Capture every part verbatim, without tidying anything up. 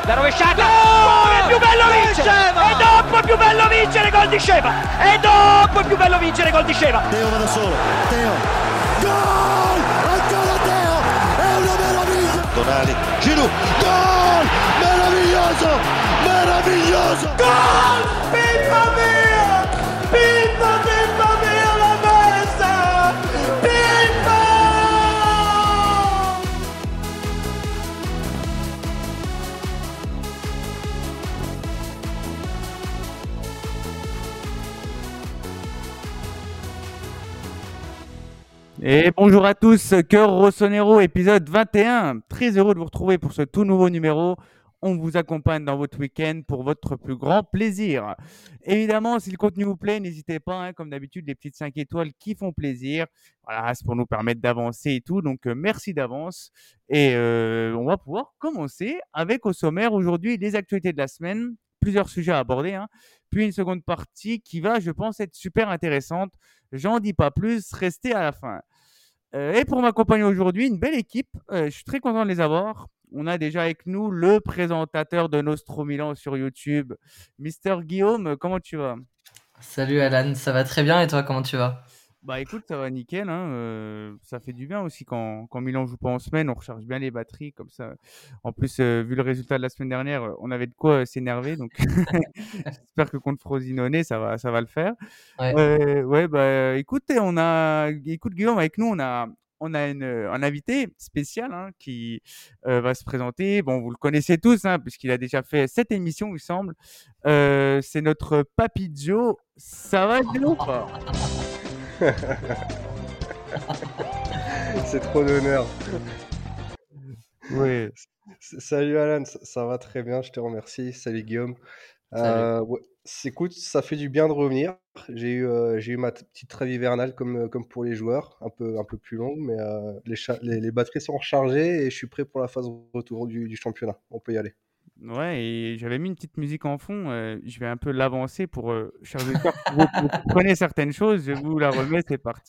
la rovesciata, gol! È più bello vincere, e dopo è più bello vincere gol di Sheva, e dopo è più bello vincere gol di Sheva. Teo va da solo, Teo, gol! Ancora Teo, è una meraviglia! Tonali, Giroud, gol! Meraviglioso, meraviglioso! Gol! Pippa mia! Pippa, pippa mia la festa! Pippa! Et bonjour à tous, Cœur Rossonero, épisode vingt et un. Très heureux de vous retrouver pour ce tout nouveau numéro. On vous accompagne dans votre week-end pour votre plus grand plaisir. Évidemment, si le contenu vous plaît, n'hésitez pas, hein, comme d'habitude, les petites cinq étoiles qui font plaisir. Voilà, c'est pour nous permettre d'avancer et tout. Donc, euh, merci d'avance. Et euh, on va pouvoir commencer avec au sommaire aujourd'hui les actualités de la semaine. Plusieurs sujets à aborder, hein. Puis une seconde partie qui va, je pense, être super intéressante. J'en dis pas plus, restez à la fin. Euh, et pour m'accompagner aujourd'hui, une belle équipe. Euh, je suis très content de les avoir. On a déjà avec nous le présentateur de Nostro Milan sur YouTube, Mister Guillaume. Comment tu vas? Salut Alan, ça va très bien et toi, comment tu vas? Bah écoute, ça va nickel, hein. Euh, ça fait du bien aussi quand, quand Milan joue pas en semaine, on recharge bien les batteries comme ça. En plus, euh, vu le résultat de la semaine dernière, euh, on avait de quoi euh, s'énerver. Donc j'espère que contre Frosinone, ça va, ça va le faire. Ouais. Euh, ouais, bah écoute, on a, écoute Guillaume, avec nous, on a, on a une, un invité spécial, hein, qui euh, va se présenter. Bon, vous le connaissez tous, hein, puisqu'il a déjà fait sept émissions, il semble. Euh, c'est notre Papy Joe. Ça va, Joe, ou pas? C'est trop d'honneur. Oui. S- Salut Alan, ça, ça va très bien, je te remercie. Salut Guillaume. Salut. Euh, ouais, c'est- écoute, ça fait du bien de revenir. J'ai eu, euh, j'ai eu ma t- petite trêve hivernale comme, euh, comme pour les joueurs, un peu, un peu plus longue, mais euh, les, cha- les, les batteries sont rechargées et je suis prêt pour la phase retour du, du championnat. On peut y aller. Ouais, et j'avais mis une petite musique en fond. Euh, je vais un peu l'avancer pour, euh, chers auditeurs, pour que vous, vous compreniez certaines choses. Je vous la remets, c'est parti.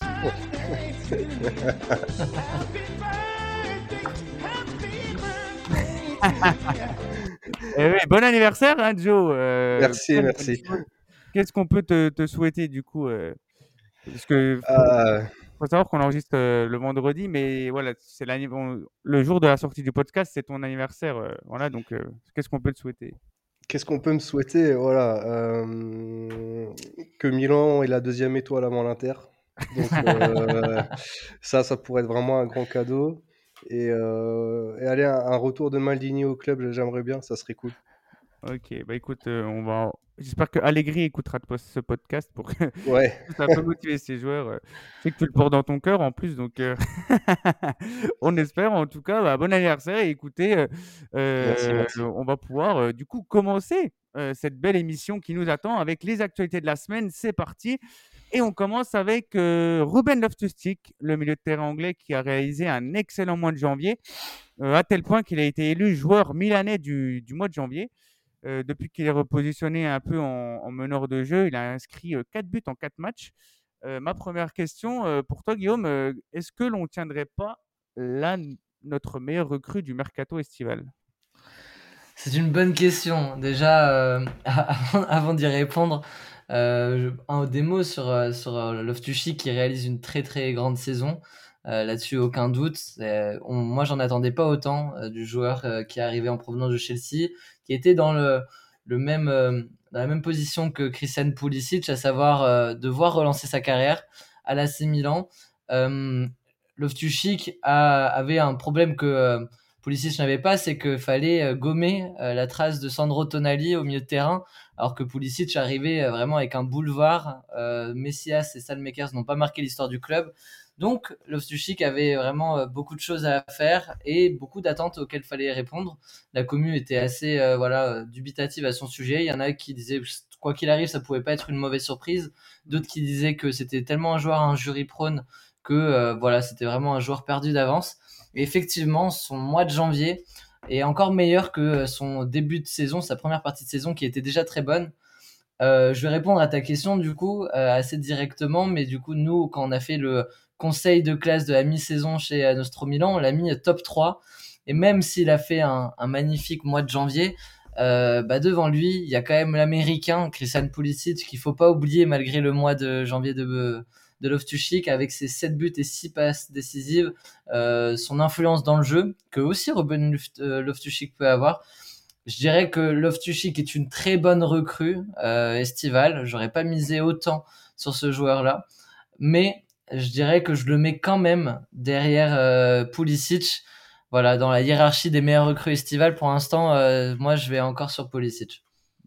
Eh oui, bon anniversaire, hein, Joe. Euh, Merci, plein de merci. bonnes choses. Qu'est-ce qu'on peut te, te souhaiter du coup euh, Parce que faut, Euh, faut savoir qu'on enregistre euh, le vendredi, mais voilà, c'est l'anni- bon, le jour de la sortie du podcast, c'est ton anniversaire. Euh, voilà, donc euh, qu'est-ce qu'on peut te souhaiter? Qu'est-ce qu'on peut me souhaiter? Voilà, euh, que Milan ait la deuxième étoile avant l'Inter. Donc euh, ça, ça pourrait être vraiment un grand cadeau. Et, euh, et aller un, un retour de Maldini au club, j'aimerais bien, ça serait cool. Ok, bah écoute, euh, on va. J'espère que Allegri écoutera de po- ce podcast pour que Ouais, ça peut motiver ses joueurs. euh. Je sais que tu le portes dans ton cœur en plus, donc euh, on espère en tout cas. Bah, bon anniversaire et écoutez, euh, merci, euh, merci. on va pouvoir euh, du coup commencer euh, cette belle émission qui nous attend avec les actualités de la semaine. C'est parti. Et on commence avec euh, Ruben Loftus-Cheek, le milieu de terrain anglais qui a réalisé un excellent mois de janvier, euh, à tel point qu'il a été élu joueur milanais du, du mois de janvier. Euh, depuis qu'il est repositionné un peu en, en meneur de jeu, il a inscrit euh, quatre buts en quatre matchs. Euh, ma première question euh, pour toi, Guillaume, euh, est-ce que l'on ne tiendrait pas là notre meilleure recrue du mercato estival? C'est une bonne question. Déjà, euh, avant, avant d'y répondre, euh, je- un des mots sur, euh, sur euh, Loftus-Cheek qui réalise une très très grande saison. Euh, là-dessus, aucun doute. C'est- on- moi, j'en attendais pas autant euh, du joueur euh, qui est arrivé en provenance de Chelsea, qui était dans le, le même, euh, dans la même position que Christian Pulisic, à savoir euh, devoir relancer sa carrière à l'A C Milan. Euh, Loftus-Cheek a- avait un problème que euh, Pulisic n'avait pas, c'est qu'il fallait euh, gommer euh, la trace de Sandro Tonali au milieu de terrain, alors que Pulisic arrivait euh, vraiment avec un boulevard. Euh, Messias et Salmakers n'ont pas marqué l'histoire du club. Donc, Loftus-Cheek avait vraiment euh, beaucoup de choses à faire et beaucoup d'attentes auxquelles il fallait répondre. La commu était assez euh, voilà, euh, dubitative à son sujet. Il y en a qui disaient, quoi qu'il arrive, ça pouvait pas être une mauvaise surprise. D'autres qui disaient que c'était tellement un joueur injury prone que euh, voilà, c'était vraiment un joueur perdu d'avance. Et effectivement, son mois de janvier est encore meilleur que son début de saison, sa première partie de saison qui était déjà très bonne. Euh, je vais répondre à ta question du coup euh, assez directement, mais du coup nous quand on a fait le conseil de classe de la mi-saison chez euh, Nostro Milan, on l'a mis top trois Et même s'il a fait un, un magnifique mois de janvier, euh, bah devant lui, il y a quand même l'Américain Christian Pulisic qu'il faut pas oublier malgré le mois de janvier de de Loftus-Cheek avec ses sept buts et six passes décisives, euh, son influence dans le jeu que aussi Ruben Luft- euh, Loftus-Cheek peut avoir. Je dirais que Loftus-Cheek est une très bonne recrue euh, estivale. J'aurais pas misé autant sur ce joueur-là, mais je dirais que je le mets quand même derrière euh, Pulisic. Voilà, dans la hiérarchie des meilleures recrues estivales, pour l'instant, euh, moi, je vais encore sur Pulisic.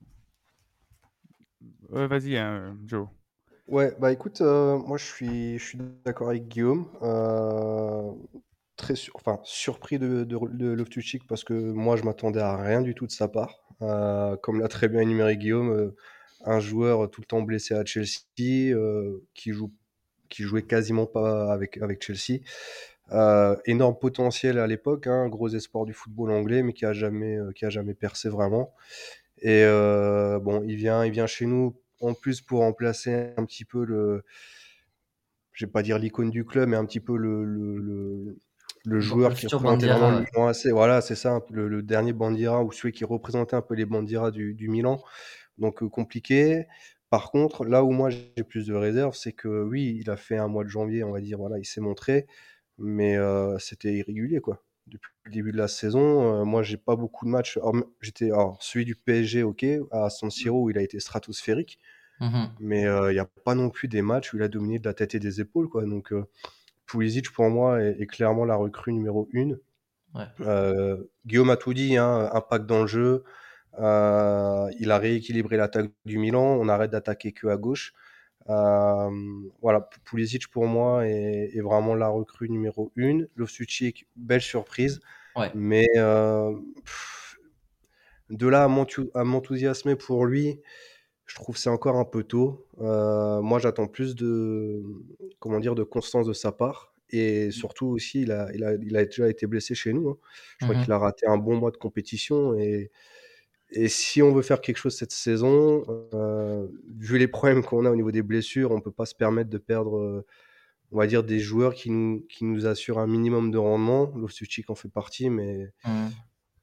Euh, vas-y, hein, Joe. Ouais, bah écoute, euh, moi je suis, je suis d'accord avec Guillaume. Euh, très sur- enfin, surpris de, de, de Loftus-Cheek parce que moi je m'attendais à rien du tout de sa part. Euh, comme l'a très bien énuméré Guillaume, euh, un joueur tout le temps blessé à Chelsea, euh, qui joue, qui jouait quasiment pas avec, avec Chelsea. Euh, énorme potentiel à l'époque, hein, gros espoir du football anglais, mais qui a jamais, euh, qui a jamais percé vraiment. Et euh, bon, il vient, il vient chez nous en plus pour remplacer un petit peu le, je vais pas dire l'icône du club, mais un petit peu le, le, le, le Bon, le joueur qui futur représentait vraiment Bandiera, le ouais. Milan A C. Voilà, c'est ça, le, le dernier Bandiera ou celui qui représentait un peu les Bandiera du, du Milan. Donc euh, compliqué. Par contre, là où moi j'ai plus de réserve, c'est que oui, il a fait un mois de janvier, on va dire, voilà, il s'est montré, mais euh, c'était irrégulier, quoi. Depuis le début de la saison, euh, moi j'ai pas beaucoup de matchs. Alors, j'étais, alors, celui du P S G, ok, à San Siro où il a été stratosphérique, Mhm. mais il n'y a pas non plus des matchs où il a dominé de la tête et des épaules, quoi. Donc euh, Pulisic pour moi est, est clairement la recrue numéro une. Ouais. Euh, Guillaume a tout dit, hein, impact dans le jeu. Euh, il a rééquilibré l'attaque du Milan. On arrête d'attaquer que à gauche. Euh, voilà, Pulisic pour moi est, est vraiment la recrue numéro une. Loftus-Cheek, belle surprise, Ouais. mais euh, pff, de là à m'enthou- à m'enthousiasmer pour lui, je trouve que c'est encore un peu tôt. Euh, moi, j'attends plus de, comment dire, de constance de sa part. Et surtout aussi, il a, il a, il a déjà été blessé chez nous, hein. Je crois qu'il Mhm. a raté un bon mois de compétition. Et, et si on veut faire quelque chose cette saison, euh, vu les problèmes qu'on a au niveau des blessures, on ne peut pas se permettre de perdre, euh, on va dire, des joueurs qui nous, qui nous assurent un minimum de rendement. Loftus-Cheek en fait partie, mais Mhm.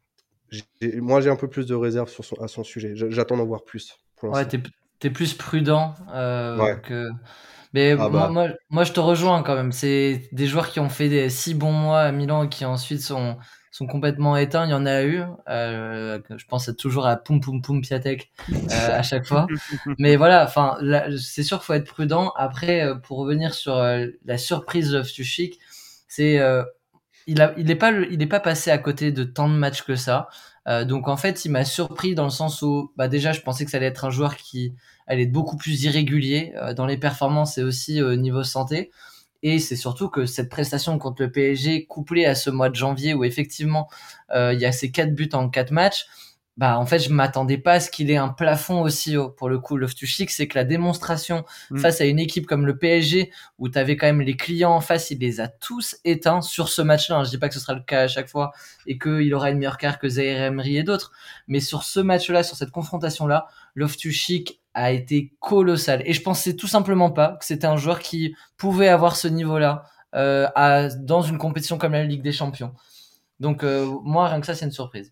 j'ai- moi, j'ai un peu plus de réserve sur son, à son sujet. J'- J'attends d'en voir plus pour Ouais, l'instant. t'es, t'es plus prudent euh, Ouais. que. Mais Ah moi, bah, moi, moi, je te rejoins quand même. C'est des joueurs qui ont fait des six bons mois à Milan et qui ensuite sont, sont complètement éteints. Il y en a eu. Euh, je pense toujours à Poum Poum Poum Piatek euh, à chaque fois. Mais voilà, enfin, là, c'est sûr qu'il faut être prudent. Après, euh, pour revenir sur euh, la surprise de Loftus-Cheek, c'est euh, il a, il est pas, le- il est pas passé à côté de tant de matchs que ça. Euh, donc en fait, il m'a surpris dans le sens où, bah déjà, je pensais que ça allait être un joueur qui allait être beaucoup plus irrégulier euh, dans les performances et aussi au niveau santé. Et c'est surtout que cette prestation contre le P S G, couplée à ce mois de janvier où effectivement euh, il y a ces quatre buts en quatre matchs, bah en fait je m'attendais pas à ce qu'il ait un plafond aussi haut. Pour le coup, Loftus-Cheek, c'est que la démonstration Mm. face à une équipe comme le P S G où tu avais quand même les clients en face, il les a tous éteints sur ce match-là. Je dis pas que ce sera le cas à chaque fois et qu'il aura une meilleure carrière que Zaire Emery et d'autres, mais sur ce match-là, sur cette confrontation-là, Loftus-Cheek a été colossal. Et je pensais tout simplement pas que c'était un joueur qui pouvait avoir ce niveau-là euh, à, dans une compétition comme la Ligue des Champions. Donc euh, moi, rien que ça, c'est une surprise.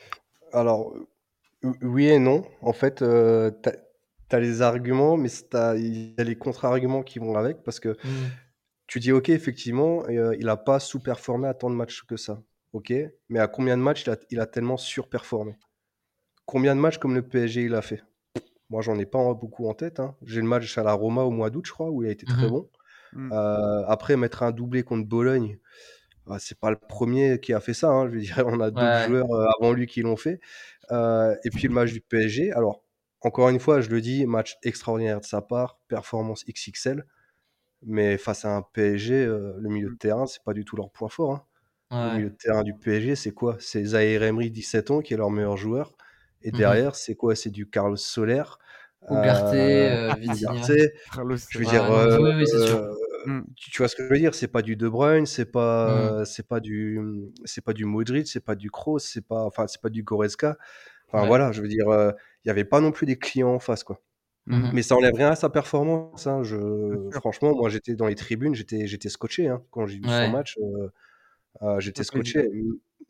alors, euh, oui et non. En fait, euh, t'as, t'as les arguments, mais c'est- t'as- il y a les contre-arguments qui vont avec, parce que Mm. tu dis, ok, effectivement, euh, il n'a pas sous-performé à tant de matchs que ça. Ok, mais à combien de matchs il a, il a tellement surperformé? Combien de matchs comme le P S G il a fait? Moi, j'en ai pas beaucoup en tête, hein. J'ai le match à la Roma au mois d'août, je crois, où il a été très Mhm. bon. Mm. Euh, après, mettre un doublé contre Bologne, ah, c'est pas le premier qui a fait ça, hein. Je veux dire, on a d'autres Ouais. joueurs euh, avant lui qui l'ont fait. Euh, et puis le match du P S G. Alors, encore une fois, je le dis, match extraordinaire de sa part, performance X X L. Mais face à un P S G, euh, le milieu de Mm. terrain, c'est pas du tout leur point fort, hein. Le Ouais. milieu de terrain du P S G, c'est quoi? C'est Zaïre Emery, dix-sept ans, qui est leur meilleur joueur. Et Mhm. derrière, c'est quoi? C'est du Carlos Soler, Ugarte, euh, euh, Vitinha. Ugarte. Carlos Je veux Ouais, dire, ouais, non, mais euh, oui, oui, c'est sûr. euh, Mm. tu, tu vois ce que je veux dire? C'est pas du De Bruyne, c'est Mhm. pas, c'est pas du, c'est pas du Modric, c'est pas du Kroos, c'est pas, enfin, c'est pas du Goretzka. Enfin Ouais. voilà, je veux dire, euh, il y avait pas non plus des clients en face, quoi. Mm. Mais Mhm. ça enlève rien à sa performance, hein. Bien Je, sûr. franchement, moi, j'étais dans les tribunes, j'étais, j'étais scotché, hein. Quand j'ai vu son Ouais. match, euh, euh, Ça j'étais fait plaisir. scotché.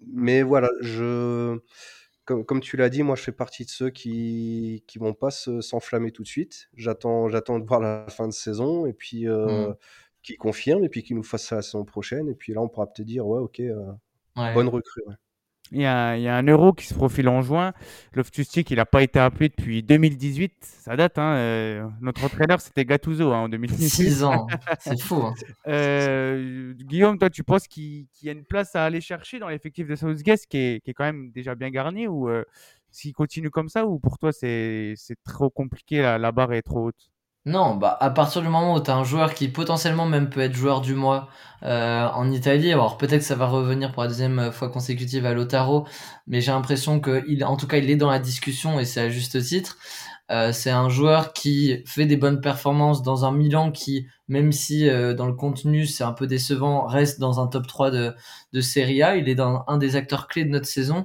mais voilà, je comme comme tu l'as dit, moi, je fais partie de ceux qui qui vont pas se s'enflammer tout de suite. J'attends j'attends de voir la fin de saison et puis, heu, Mmh. qu'ils confirment et puis qu'ils nous fassent ça la saison prochaine et puis là, on pourra peut-être dire: «Ouais, OK, heu, bonne Ouais. recrue», ouais. Il y a, il y a un Euro qui se profile en juin. Loftus-Cheek, il n'a pas été appelé depuis deux mille dix-huit. Ça date, hein. euh, notre entraîneur, c'était Gattuso hein, en deux mille dix-huit. six ans, c'est fou. Hein. Euh, Guillaume, toi, tu penses qu'il qu'il y a une place à aller chercher dans l'effectif de Southgate qui est, qui est quand même déjà bien garni ou euh, s'il continue comme ça ou pour toi, c'est c'est trop compliqué, la, la barre est trop haute? Non, bah à partir du moment où tu as un joueur qui potentiellement même peut être joueur du mois euh, en Italie, alors peut-être que ça va revenir pour la deuxième fois consécutive à Lautaro, mais j'ai l'impression que il, en tout cas, il est dans la discussion et c'est à juste titre. Euh, c'est un joueur qui fait des bonnes performances dans un Milan qui, même si euh, dans le contenu c'est un peu décevant, reste dans un top trois de, de Serie A. Il est dans un des acteurs clés de notre saison.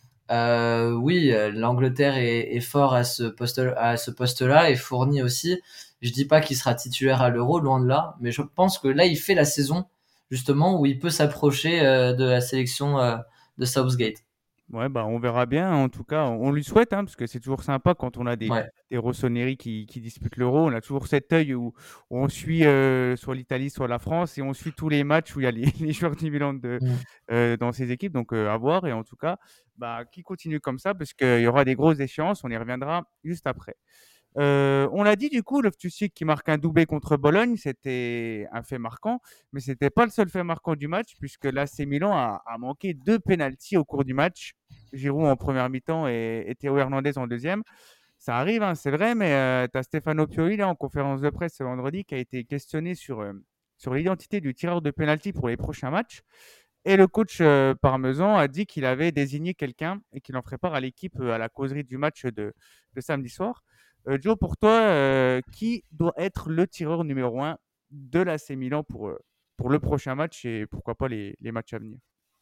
Euh, oui, euh, l'Angleterre est, est fort à ce poste, à ce poste-là et fournit aussi. Je dis pas qu'il sera titulaire à l'Euro, loin de là, mais je pense que là, il fait la saison justement où il peut s'approcher euh, de la sélection euh, de Southgate. Ouais, bah, on verra bien. En tout cas, on lui souhaite, hein, parce que c'est toujours sympa quand on a des, Ouais. des Rossoneri qui, qui disputent l'Euro. On a toujours cet œil où, où on suit euh, soit l'Italie, soit la France, et on suit tous les matchs où il y a les, les joueurs du Milan de, Mm. euh, dans ces équipes. Donc, euh, à voir. Et en tout cas, bah, qui continue comme ça, parce qu'il y aura des grosses échéances. On y reviendra juste après. Euh, on l'a dit du coup, Loftus-Cheek qui marque un doublé contre Bologne, c'était un fait marquant, mais c'était pas le seul fait marquant du match puisque l'A C Milan a, a manqué deux pénaltys au cours du match. Giroud en première mi-temps et, et Théo Hernandez en deuxième. Ça arrive, hein, c'est vrai, mais tu as Stefano Pioli là, en conférence de presse ce vendredi qui a été questionné sur, euh, sur l'identité du tireur de pénalty pour les prochains matchs. Et le coach euh, Parmesan a dit qu'il avait désigné quelqu'un et qu'il en ferait part à l'équipe euh, à la causerie du match de, de samedi soir. Euh, Joe, pour toi, euh, qui doit être le tireur numéro un de l'A C Milan pour, euh, pour le prochain match et pourquoi pas les, les matchs à venir?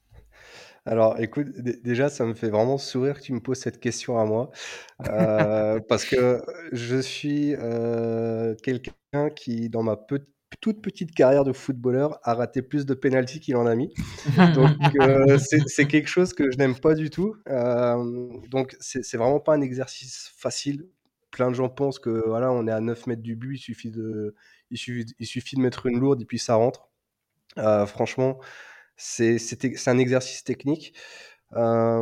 Alors, écoute, dé- déjà, ça me fait vraiment sourire que tu me poses cette question à moi, euh, parce que je suis euh, quelqu'un qui, dans ma pe- toute petite carrière de footballeur, a raté plus de pénaltys qu'il en a mis. Donc, euh, c'est c'est quelque chose que je n'aime pas du tout. Euh, donc, c'est c'est vraiment pas un exercice facile. Plein de gens pensent que voilà, on est à neuf mètres du but, il suffit de, il suffit, il suffit de mettre une lourde et puis ça rentre. Euh, franchement, c'est c'est c'est un exercice technique. Euh,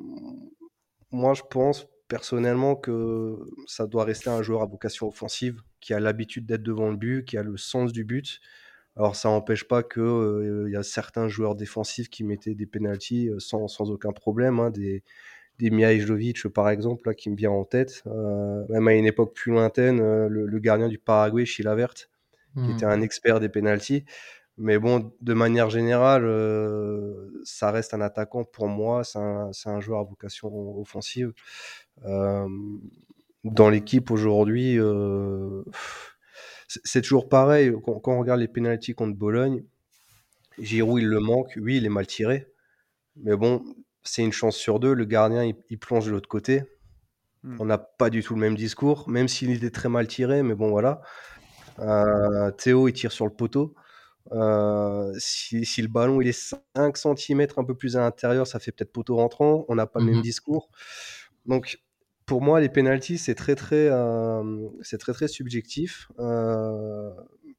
Moi, je pense personnellement que ça doit rester un joueur à vocation offensive, qui a l'habitude d'être devant le but, qui a le sens du but. Alors, ça n'empêche pas qu'il euh, y a certains joueurs défensifs qui mettaient des pénaltys euh, sans, sans aucun problème, hein, des, des Mihajlovic, par exemple, là, qui me vient en tête. Euh, même à une époque plus lointaine, euh, le, le gardien du Paraguay, Chilavert, qui était un Mm. expert des pénaltys. Mais bon, de manière générale, euh, ça reste un attaquant pour moi. C'est un, c'est un joueur à vocation offensive. Euh, dans l'équipe aujourd'hui, euh, c'est, c'est toujours pareil. Quand, quand on regarde les pénaltys contre Bologne, Giroud, il le manque. Oui, il est mal tiré. Mais bon, c'est une chance sur deux. Le gardien, il, il plonge de l'autre côté. Hmm. On n'a pas du tout le même discours, même s'il était très mal tiré. Mais bon, voilà. Euh, Théo, il tire sur le poteau. Euh, si, si le ballon il est cinq centimètres un peu plus à l'intérieur, ça fait peut-être poteau rentrant. On n'a pas le même Mhm. discours. Donc, pour moi, les pénaltys, c'est très très, euh, c'est très très subjectif. Euh,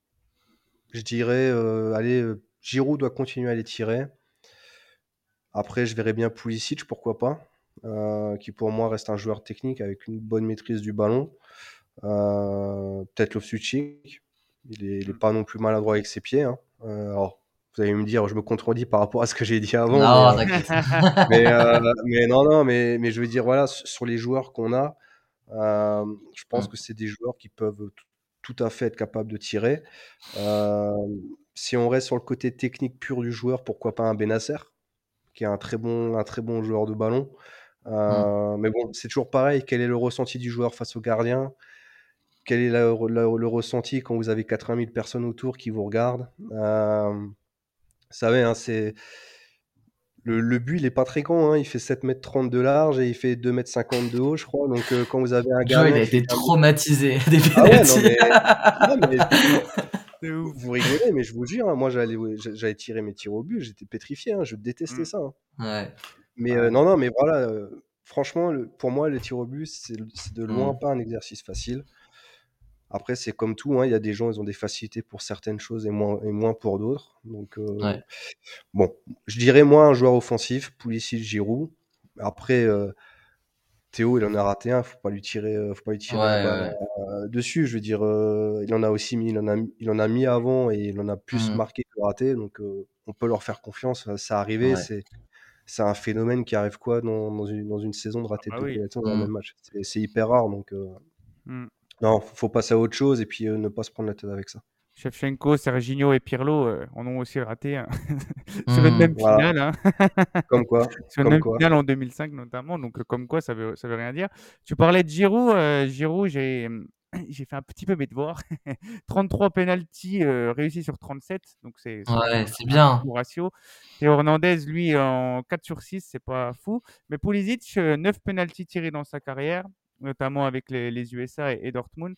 je dirais, euh, allez, euh, Giroud doit continuer à les tirer. Après, je verrais bien Pulisic, pourquoi pas, euh, qui pour moi reste un joueur technique avec une bonne maîtrise du ballon. Euh, peut-être Loftus-Cheek. Il est, il est pas non plus maladroit avec ses pieds, hein. Euh, alors, vous allez me dire, je me contredis par rapport à ce que j'ai dit avant, mais, Non, euh, t'inquiète. mais, euh, mais non, non, mais, mais je veux dire, voilà, s- sur les joueurs qu'on a, euh, je pense Mm. que c'est des joueurs qui peuvent t- tout à fait être capables de tirer. Euh, Si on reste sur le côté technique pur du joueur, pourquoi pas un Benasser, qui est un très bon, un très bon joueur de ballon. Mm. Euh, mais bon, c'est toujours pareil. Quel est le ressenti du joueur face au gardien? Quel est la- la- le ressenti quand vous avez quatre-vingt mille personnes autour qui vous regardent? Euh, Vous savez, hein, c'est le, le but, il est pas très grand, hein. Il fait sept mètres trente de large et il fait deux mètres cinquante de haut, je crois. Donc, euh, quand vous avez un Joe, il gardien a qui fait été un mètre... traumatisé des Ah ouais, non, pénaltys. mais, non, mais C'est ouf. Vous rigolez, mais je vous jure, hein, moi j'allais, j'allais tirer mes tirs au but, j'étais pétrifié, hein, je détestais Mm. ça. hein. Ouais. Mais Ouais. euh, non, non, mais voilà, euh, franchement, le- pour moi, les tirs au but, c'est c'est de loin Mm. pas un exercice facile. Après, c'est comme tout, hein, il y a des gens, ils ont des facilités pour certaines choses et moins, et moins pour d'autres. Donc, euh, Ouais. bon, je dirais moi un joueur offensif, Pulisic, Giroud. Après, euh, Théo, il en a raté un, faut pas lui tirer, euh, faut pas lui Ouais, tirer la balle ouais. euh, dessus. Je veux dire, euh, il en a aussi mis, il en a, mis- il en a mis avant et il en a plus Mm. marqué que raté. Donc, euh, on peut leur faire confiance. Ça arrivé, Ouais. c'est c'est un phénomène qui arrive quoi dans, dans une, dans une saison de Ah rater bah deux oui. pénalités dans un même Mm. match. C'est c'est hyper rare. Donc, euh, Mm. non, faut faut passer à autre chose et puis euh, ne pas se prendre la tête avec ça. Shevchenko, Serginho et Pirlo euh, en ont aussi raté hein. sur une Mm. même Voilà, finale, hein. comme quoi, Sur une comme même quoi. finale en deux mille cinq notamment. Donc, euh, comme quoi, ça veut, ça veut rien dire. Tu parlais de Giroud. euh, Giroud, j'ai, j'ai fait un petit peu mes devoirs. trente-trois pénaltys euh, réussis sur trente-sept. Donc, c'est c'est quand même Ouais, c'est un très bien. bon ratio. Théo Hernandez, lui, en quatre sur six, c'est pas fou. Mais Pulisic, euh, neuf pénaltys tirés dans sa carrière, notamment avec les, les U S A et, et Dortmund.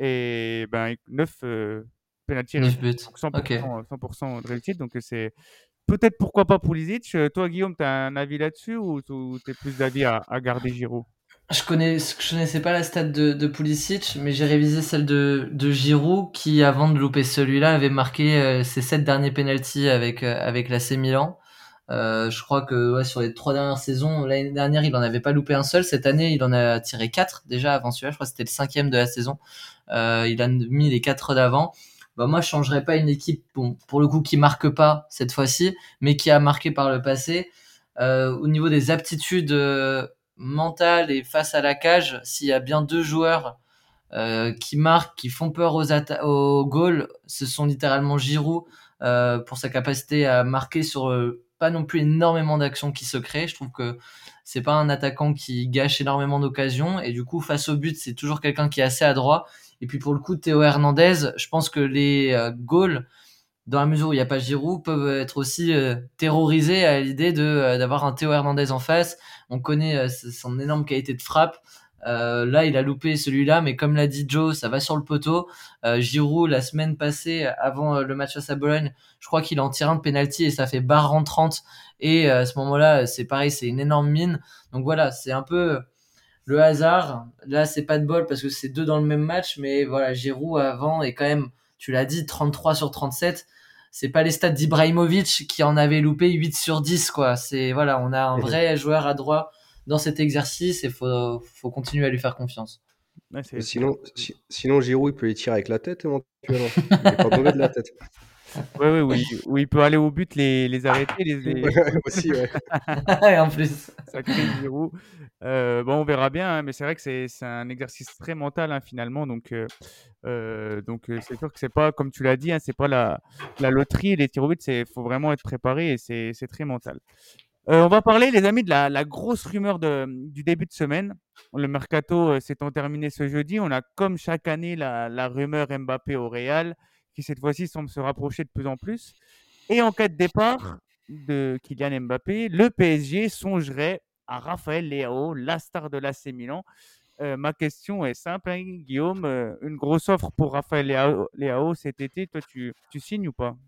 Et ben, neuf euh, pénaltys neuf réussis. buts. Donc, cent pour Ok. cent, cent pour cent de réussite. Donc, euh, c'est peut-être pourquoi pas Pulisic. Euh, Toi, Guillaume, tu as un avis là-dessus ou tu es plus d'avis à, à garder Giroud? Je connais, je connaissais pas la stat de, de Pulisic, mais j'ai révisé celle de, de Giroud, qui, avant de louper celui-là, avait marqué euh, ses sept derniers penalties avec, euh, avec l'A C Milan. Euh, je crois que ouais, sur les trois dernières saisons, l'année dernière, il en avait pas loupé un seul. Cette année, il en a tiré quatre déjà avant celui-là. Je crois que c'était le cinquième de la saison. Euh, il a mis les quatre d'avant. Bah, moi, je changerais pas une équipe, bon, pour le coup, qui marque pas cette fois-ci, mais qui a marqué par le passé. Euh, au niveau des aptitudes euh, mentales et face à la cage, s'il y a bien deux joueurs euh, qui marquent, qui font peur aux, atta- aux goals, ce sont littéralement Giroud euh, pour sa capacité à marquer sur euh, pas non plus énormément d'actions qui se créent. Je trouve que c'est pas un attaquant qui gâche énormément d'occasions et du coup face au but c'est toujours quelqu'un qui est assez adroit. Et puis pour le coup Théo Hernandez, je pense que les euh, goals dans la mesure où il n'y a pas Giroud, peuvent être aussi euh, terrorisés à l'idée de euh, d'avoir un Théo Hernandez en face. On connaît euh, son énorme qualité de frappe. Euh, là, il a loupé celui-là, mais comme l'a dit Joe, ça va sur le poteau. Euh, Giroud, la semaine passée, avant euh, le match face à Bologne, je crois qu'il en tire un de penalty et ça fait barre en trente. Et euh, à ce moment-là, c'est pareil, c'est une énorme mine. Donc voilà, c'est un peu le hasard. Là, c'est pas de bol parce que c'est deux dans le même match, mais voilà, Giroud avant est quand même, tu l'as dit, trente-trois sur trente-sept. C'est pas les stats d'Ibrahimovic qui en avait loupé huit sur dix, quoi. C'est, voilà, on a un vrai joueur à droit dans cet exercice et faut, faut continuer à lui faire confiance. Ouais, c'est- c'est- Sinon, si- sinon, Giroud, il peut les tirer avec la tête éventuellement. Il est pas mauvais de la tête. Ouais, ouais, oui, où il peut aller au but, les, les arrêter, les, les... Aussi, ouais. Et en plus. sacré Giroud. Euh, bon, on verra bien, hein, mais c'est vrai que c'est c'est un exercice très mental hein, finalement. Donc, euh, euh, donc euh, c'est sûr que c'est pas, comme tu l'as dit, hein, c'est pas la, la loterie. Les tirs au but, c'est faut vraiment être préparé et c'est c'est très mental. Euh, on va parler, les amis, de la, la grosse rumeur de, du début de semaine. Le mercato euh, s'étant terminé ce jeudi, on a comme chaque année la, la rumeur Mbappé au Real, qui cette fois-ci semble se rapprocher de plus en plus. Et en cas de départ de Kylian Mbappé, le P S G songerait à Raphaël Leao, la star de l'A C Milan. Euh, ma question est simple, hein, Guillaume. Euh, une grosse offre pour Raphaël Leao, Leao cet été, toi, tu, tu signes ou pas?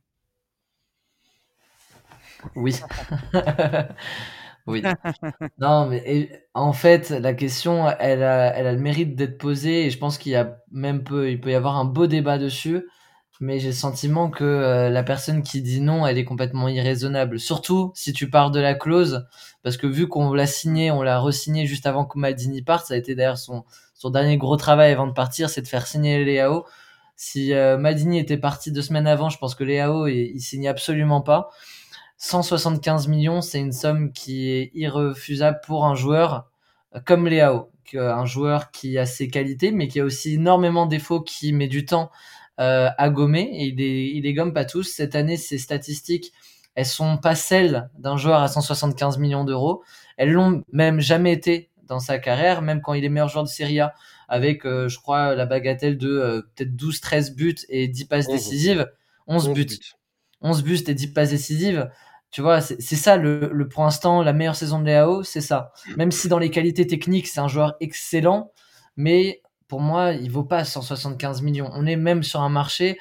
Oui. Oui. Non, mais et- en fait, la question, elle a, elle a le mérite d'être posée et je pense qu'il y a même peu, il peut y avoir un beau débat dessus. Mais j'ai le sentiment que euh, la personne qui dit non, elle est complètement irraisonnable. Surtout si tu pars de la clause, parce que vu qu'on l'a signé, on l'a re-signé juste avant que Maldini parte, ça a été d'ailleurs son, son dernier gros travail avant de partir, c'est de faire signer Leao. Si euh, Maldini était parti deux semaines avant, je pense que Leao, il, il signe absolument pas. cent soixante-quinze millions, c'est une somme qui est irrefusable pour un joueur euh, comme Leao, un joueur qui a ses qualités, mais qui a aussi énormément de défauts, qui met du temps euh, à gommer, et il les, il les gomme pas tous. Cette année, ses statistiques, elles sont pas celles d'un joueur à cent soixante-quinze millions d'euros. Elles l'ont même jamais été dans sa carrière, même quand il est meilleur joueur de Serie A, avec, euh, je crois, la bagatelle de euh, peut-être douze treize buts et dix passes onze. décisives. onze onze buts. buts. onze buts et dix passes décisives. Tu vois, c'est, c'est ça, le, le, pour l'instant, la meilleure saison de Leao, c'est ça. Même si dans les qualités techniques, c'est un joueur excellent, mais pour moi, il vaut pas cent soixante-quinze millions. On est même sur un marché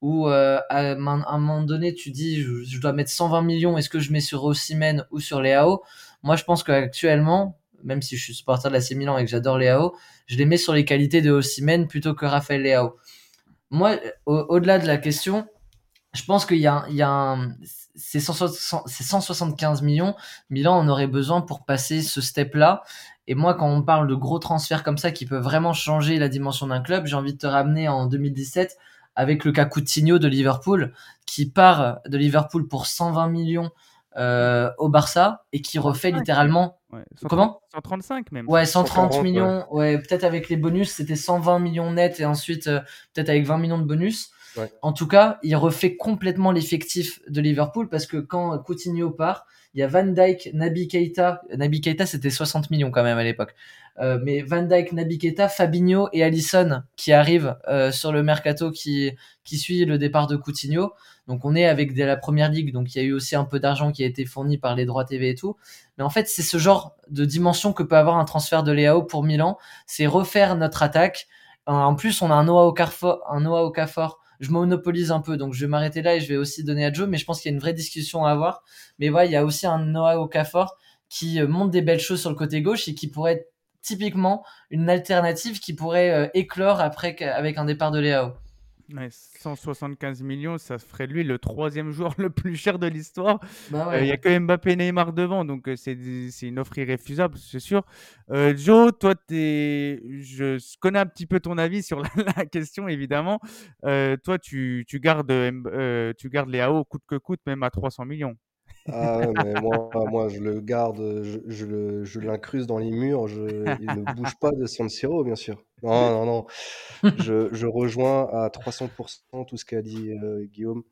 où euh, à, un à un moment donné, tu dis je, je dois mettre cent vingt millions, est-ce que je mets sur Osimhen ou sur Leao? Moi, je pense qu'actuellement, même si je suis supporter de l'A C Milan et que j'adore Leao, je les mets sur les qualités de Osimhen plutôt que Raphaël Leao. Moi, au- au-delà de la question, je pense qu'il y a, un- il y a un, ces cent soixante ces cent soixante-quinze millions, Milan en aurait besoin pour passer ce step-là. Et moi, quand on parle de gros transferts comme ça qui peuvent vraiment changer la dimension d'un club, j'ai envie de te ramener en deux mille dix-sept avec le cas Coutinho de Liverpool, qui part de Liverpool pour cent vingt millions euh, au Barça et qui refait trente-cinq même. littéralement. Ouais, cent trente Comment? cent trente-cinq même. Ouais, cent trente cent quarante, ouais. millions. Ouais, peut-être avec les bonus, c'était cent vingt millions net et ensuite euh, peut-être avec vingt millions de bonus. Ouais. En tout cas, il refait complètement l'effectif de Liverpool parce que quand Coutinho part, il y a Van Dijk, Naby Keita. Naby Keita, c'était soixante millions quand même à l'époque. Euh, mais Van Dijk, Naby Keita, Fabinho et Alisson qui arrivent euh, sur le mercato qui, qui suit le départ de Coutinho. Donc on est avec de la première ligue, donc il y a eu aussi un peu d'argent qui a été fourni par les droits T V et tout. Mais en fait, c'est ce genre de dimension que peut avoir un transfert de Leao pour Milan. C'est refaire notre attaque. En plus, on a un Noah Okafor, un Noah Okafor. Je monopolise un peu, donc je vais m'arrêter là et je vais aussi donner à Joe, mais je pense qu'il y a une vraie discussion à avoir. Mais voilà, il y a aussi un Noah Okafor qui montre des belles choses sur le côté gauche et qui pourrait être typiquement une alternative qui pourrait euh, éclore après avec un départ de Leao. Ouais, cent soixante-quinze millions, ça ferait de lui le troisième joueur le plus cher de l'histoire. Bah Il ouais. n'y a que Mbappé et Neymar devant, donc euh, c'est c'est une offre irréfusable, c'est sûr. Euh, Joe, toi, t'es... je connais un petit peu ton avis sur la, la question, évidemment. Euh, toi, tu, tu gardes, Mb- euh, tu gardes Leao coûte que coûte, même à trois cents millions. Ah ouais, mais moi, moi je le garde, je, je le, je l'incruste dans les murs, je, il ne bouge pas de San Siro, bien sûr. Non, non, non. Je, je rejoins à trois cents pour cent tout ce qu'a dit euh, Guillaume.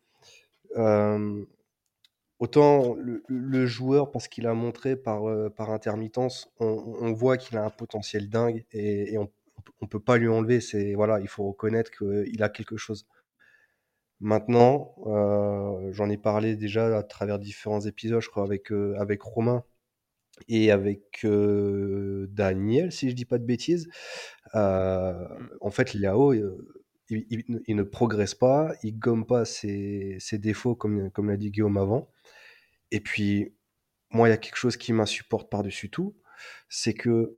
Euh, autant le, le joueur, parce qu'il a montré par, euh, par intermittence, on, on voit qu'il a un potentiel dingue et, et on ne peut pas lui enlever. C'est, voilà, il faut reconnaître qu'il a quelque chose. Maintenant, euh, j'en ai parlé déjà à travers différents épisodes, je crois, avec, euh, avec Romain et avec euh, Daniel, si je dis pas de bêtises. Euh, Mm. en fait, Léao, euh, il, il- il ne progresse pas, il gomme pas ses, ses défauts, comme, comme l'a dit Guillaume avant. Et puis, moi, il y a quelque chose qui m'insupporte par-dessus tout, c'est que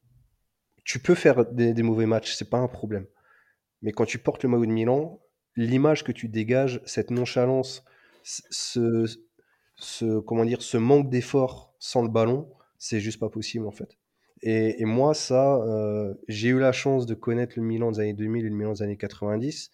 tu peux faire des, des mauvais matchs, c'est pas un problème. Mais quand tu portes le maillot de Milan, l'image que tu dégages, cette nonchalance, ce, ce, comment dire, ce manque d'effort sans le ballon, c'est juste pas possible en fait. Et, et moi, ça, euh, j'ai eu la chance de connaître le Milan des années deux mille et le Milan des années quatre-vingt-dix.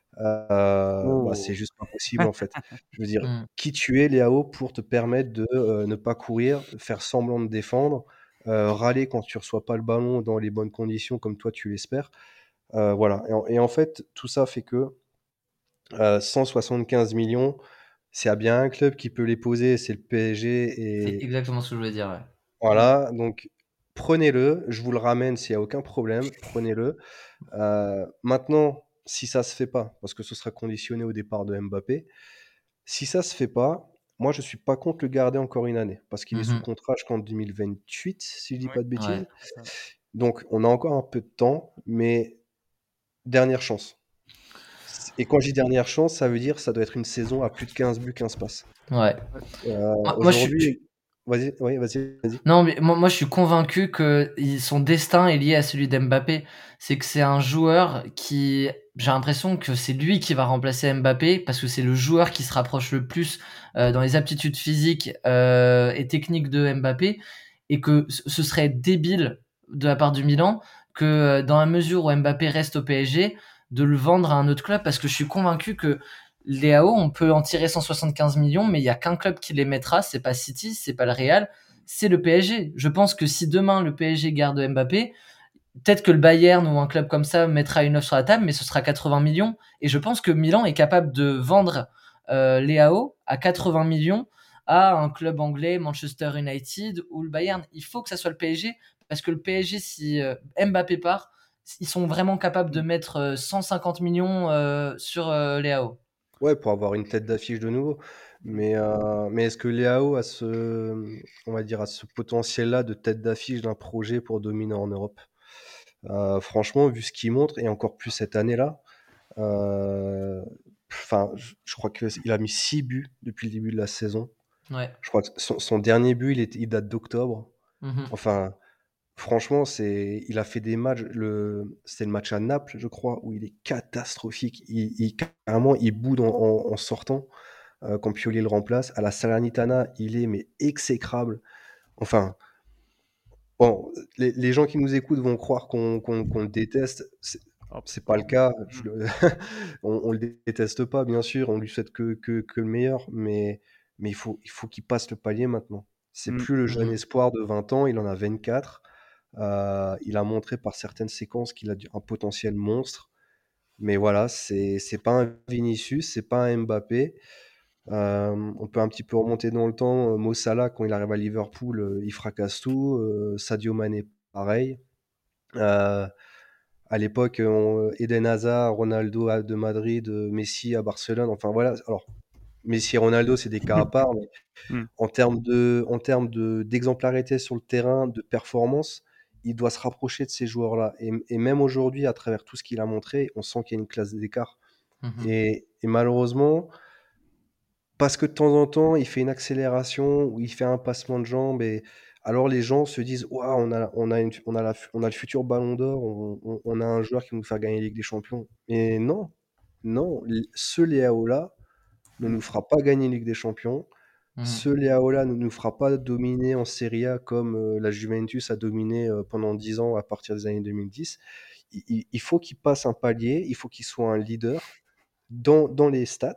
Euh, bah, c'est Oh. juste pas possible en fait. Je veux dire, Mm. qui tu es, Léao, pour te permettre de euh, ne pas courir, faire semblant de défendre, euh, râler quand tu reçois pas le ballon dans les bonnes conditions comme toi tu l'espères. Euh, voilà. Et en, et en fait, tout ça fait que euh, cent soixante-quinze millions, c'est à bien un club qui peut les poser, c'est le P S G. C'est Et exactement ce que je voulais dire, ouais. voilà, donc prenez-le, je vous le ramène s'il n'y a aucun problème, prenez-le. Euh, maintenant, si ça se fait pas, parce que ce sera conditionné au départ de Mbappé, si ça se fait pas, moi je suis pas contre le garder encore une année, parce qu'il est sous Mhm. contrat jusqu'en deux mille vingt-huit, si je dis Ouais, pas de Ouais. bêtises. c'est ça. Donc on a encore un peu de temps, mais dernière chance. Et quand je dis dernière chance, ça veut dire ça doit être une saison à plus de quinze buts, quinze passes. Ouais. Euh, Moi, moi, je suis, je- aujourd'hui, vas-y, oui, vas-y, vas-y. non, mais moi, moi, je suis convaincu que il- son destin est lié à celui d'Mbappé. C'est que c'est un joueur qui, j'ai l'impression que c'est lui qui va remplacer Mbappé parce que c'est le joueur qui se rapproche le plus euh, dans les aptitudes physiques euh, et techniques de Mbappé, et que ce ce serait débile de la part du Milan que euh, dans la mesure où Mbappé reste au P S G, de le vendre à un autre club parce que je suis convaincu que Léao, on peut en tirer cent soixante-quinze millions, mais il y a qu'un club qui les mettra, c'est pas City, c'est pas le Real, c'est le P S G. Je pense que si demain le P S G garde Mbappé, peut-être que le Bayern ou un club comme ça mettra une offre sur la table, mais ce sera quatre-vingts millions. Et je pense que Milan est capable de vendre euh, Léao à quatre-vingts millions à un club anglais, Manchester United ou le Bayern. Il faut que ça soit le P S G, parce que le P S G, si euh, Mbappé part, ils sont vraiment capables de mettre euh, cent cinquante millions euh, sur euh, Léao. Ouais, pour avoir une tête d'affiche de nouveau. Mais, euh, mais est-ce que Léao a ce, on va dire, a ce potentiel-là de tête d'affiche d'un projet pour dominer en Europe? Euh, franchement, vu ce qu'il montre, et encore plus cette année-là, euh, enfin, je, je crois qu'il a mis six buts depuis le début de la saison. Ouais. Je crois que son, son dernier but, il, est, il date d'octobre. Mhm. Enfin, franchement, c'est, il a fait des matchs. Le, c'était le match à Naples, je crois, où il est catastrophique. Il, il carrément, il boude en, en, en sortant euh, quand Pioli le remplace. À la Salernitana, il est mais exécrable. Enfin, bon, les, les gens qui nous écoutent vont croire qu'on, qu'on, qu'on le déteste. C'est, Hop. c'est pas le cas. Je le- on, on le déteste pas, bien sûr. On lui souhaite que, que, que le meilleur, mais, mais il faut, il faut qu'il passe le palier maintenant. C'est Mm. plus le jeune Mhm. espoir de vingt ans, il en a vingt-quatre. Euh, il a montré par certaines séquences qu'il a du- un potentiel monstre. Mais voilà, c'est c'est pas un Vinicius, c'est pas un Mbappé. Euh, on peut un petit peu remonter dans le temps. euh, Mo Salah, quand il arrive à Liverpool, euh, il fracasse tout. Euh, Sadio Mané, pareil. Euh, à l'époque, on- Eden Hazard, Ronaldo à- de Madrid, euh, Messi à Barcelone. Enfin voilà. Alors, Messi et Ronaldo, c'est des cas à part, mais Mm. en termes de, en termes de, d'exemplarité sur le terrain, de performance, il doit se rapprocher de ces joueurs-là. Et, et même aujourd'hui, à travers tout ce qu'il a montré, on sent qu'il y a une classe d'écart. Mhm. Et, et malheureusement, parce que de temps en temps, il fait une accélération ou il fait un passement de jambes et alors les gens se disent waouh, on a, on a, une- on a, la, on a le futur Ballon d'Or, on, on- on a un joueur qui va nous faire gagner la Ligue des Champions. Mais non, non, l- ce Léao-là ne nous fera pas gagner la Ligue des Champions. Mhm. Ce Léao-là ne nous fera pas dominer en Serie A comme euh, la Juventus a dominé euh, pendant dix ans à partir des années deux mille dix. Il, il- il faut qu'il passe un palier, il faut qu'il soit un leader dans, dans les stats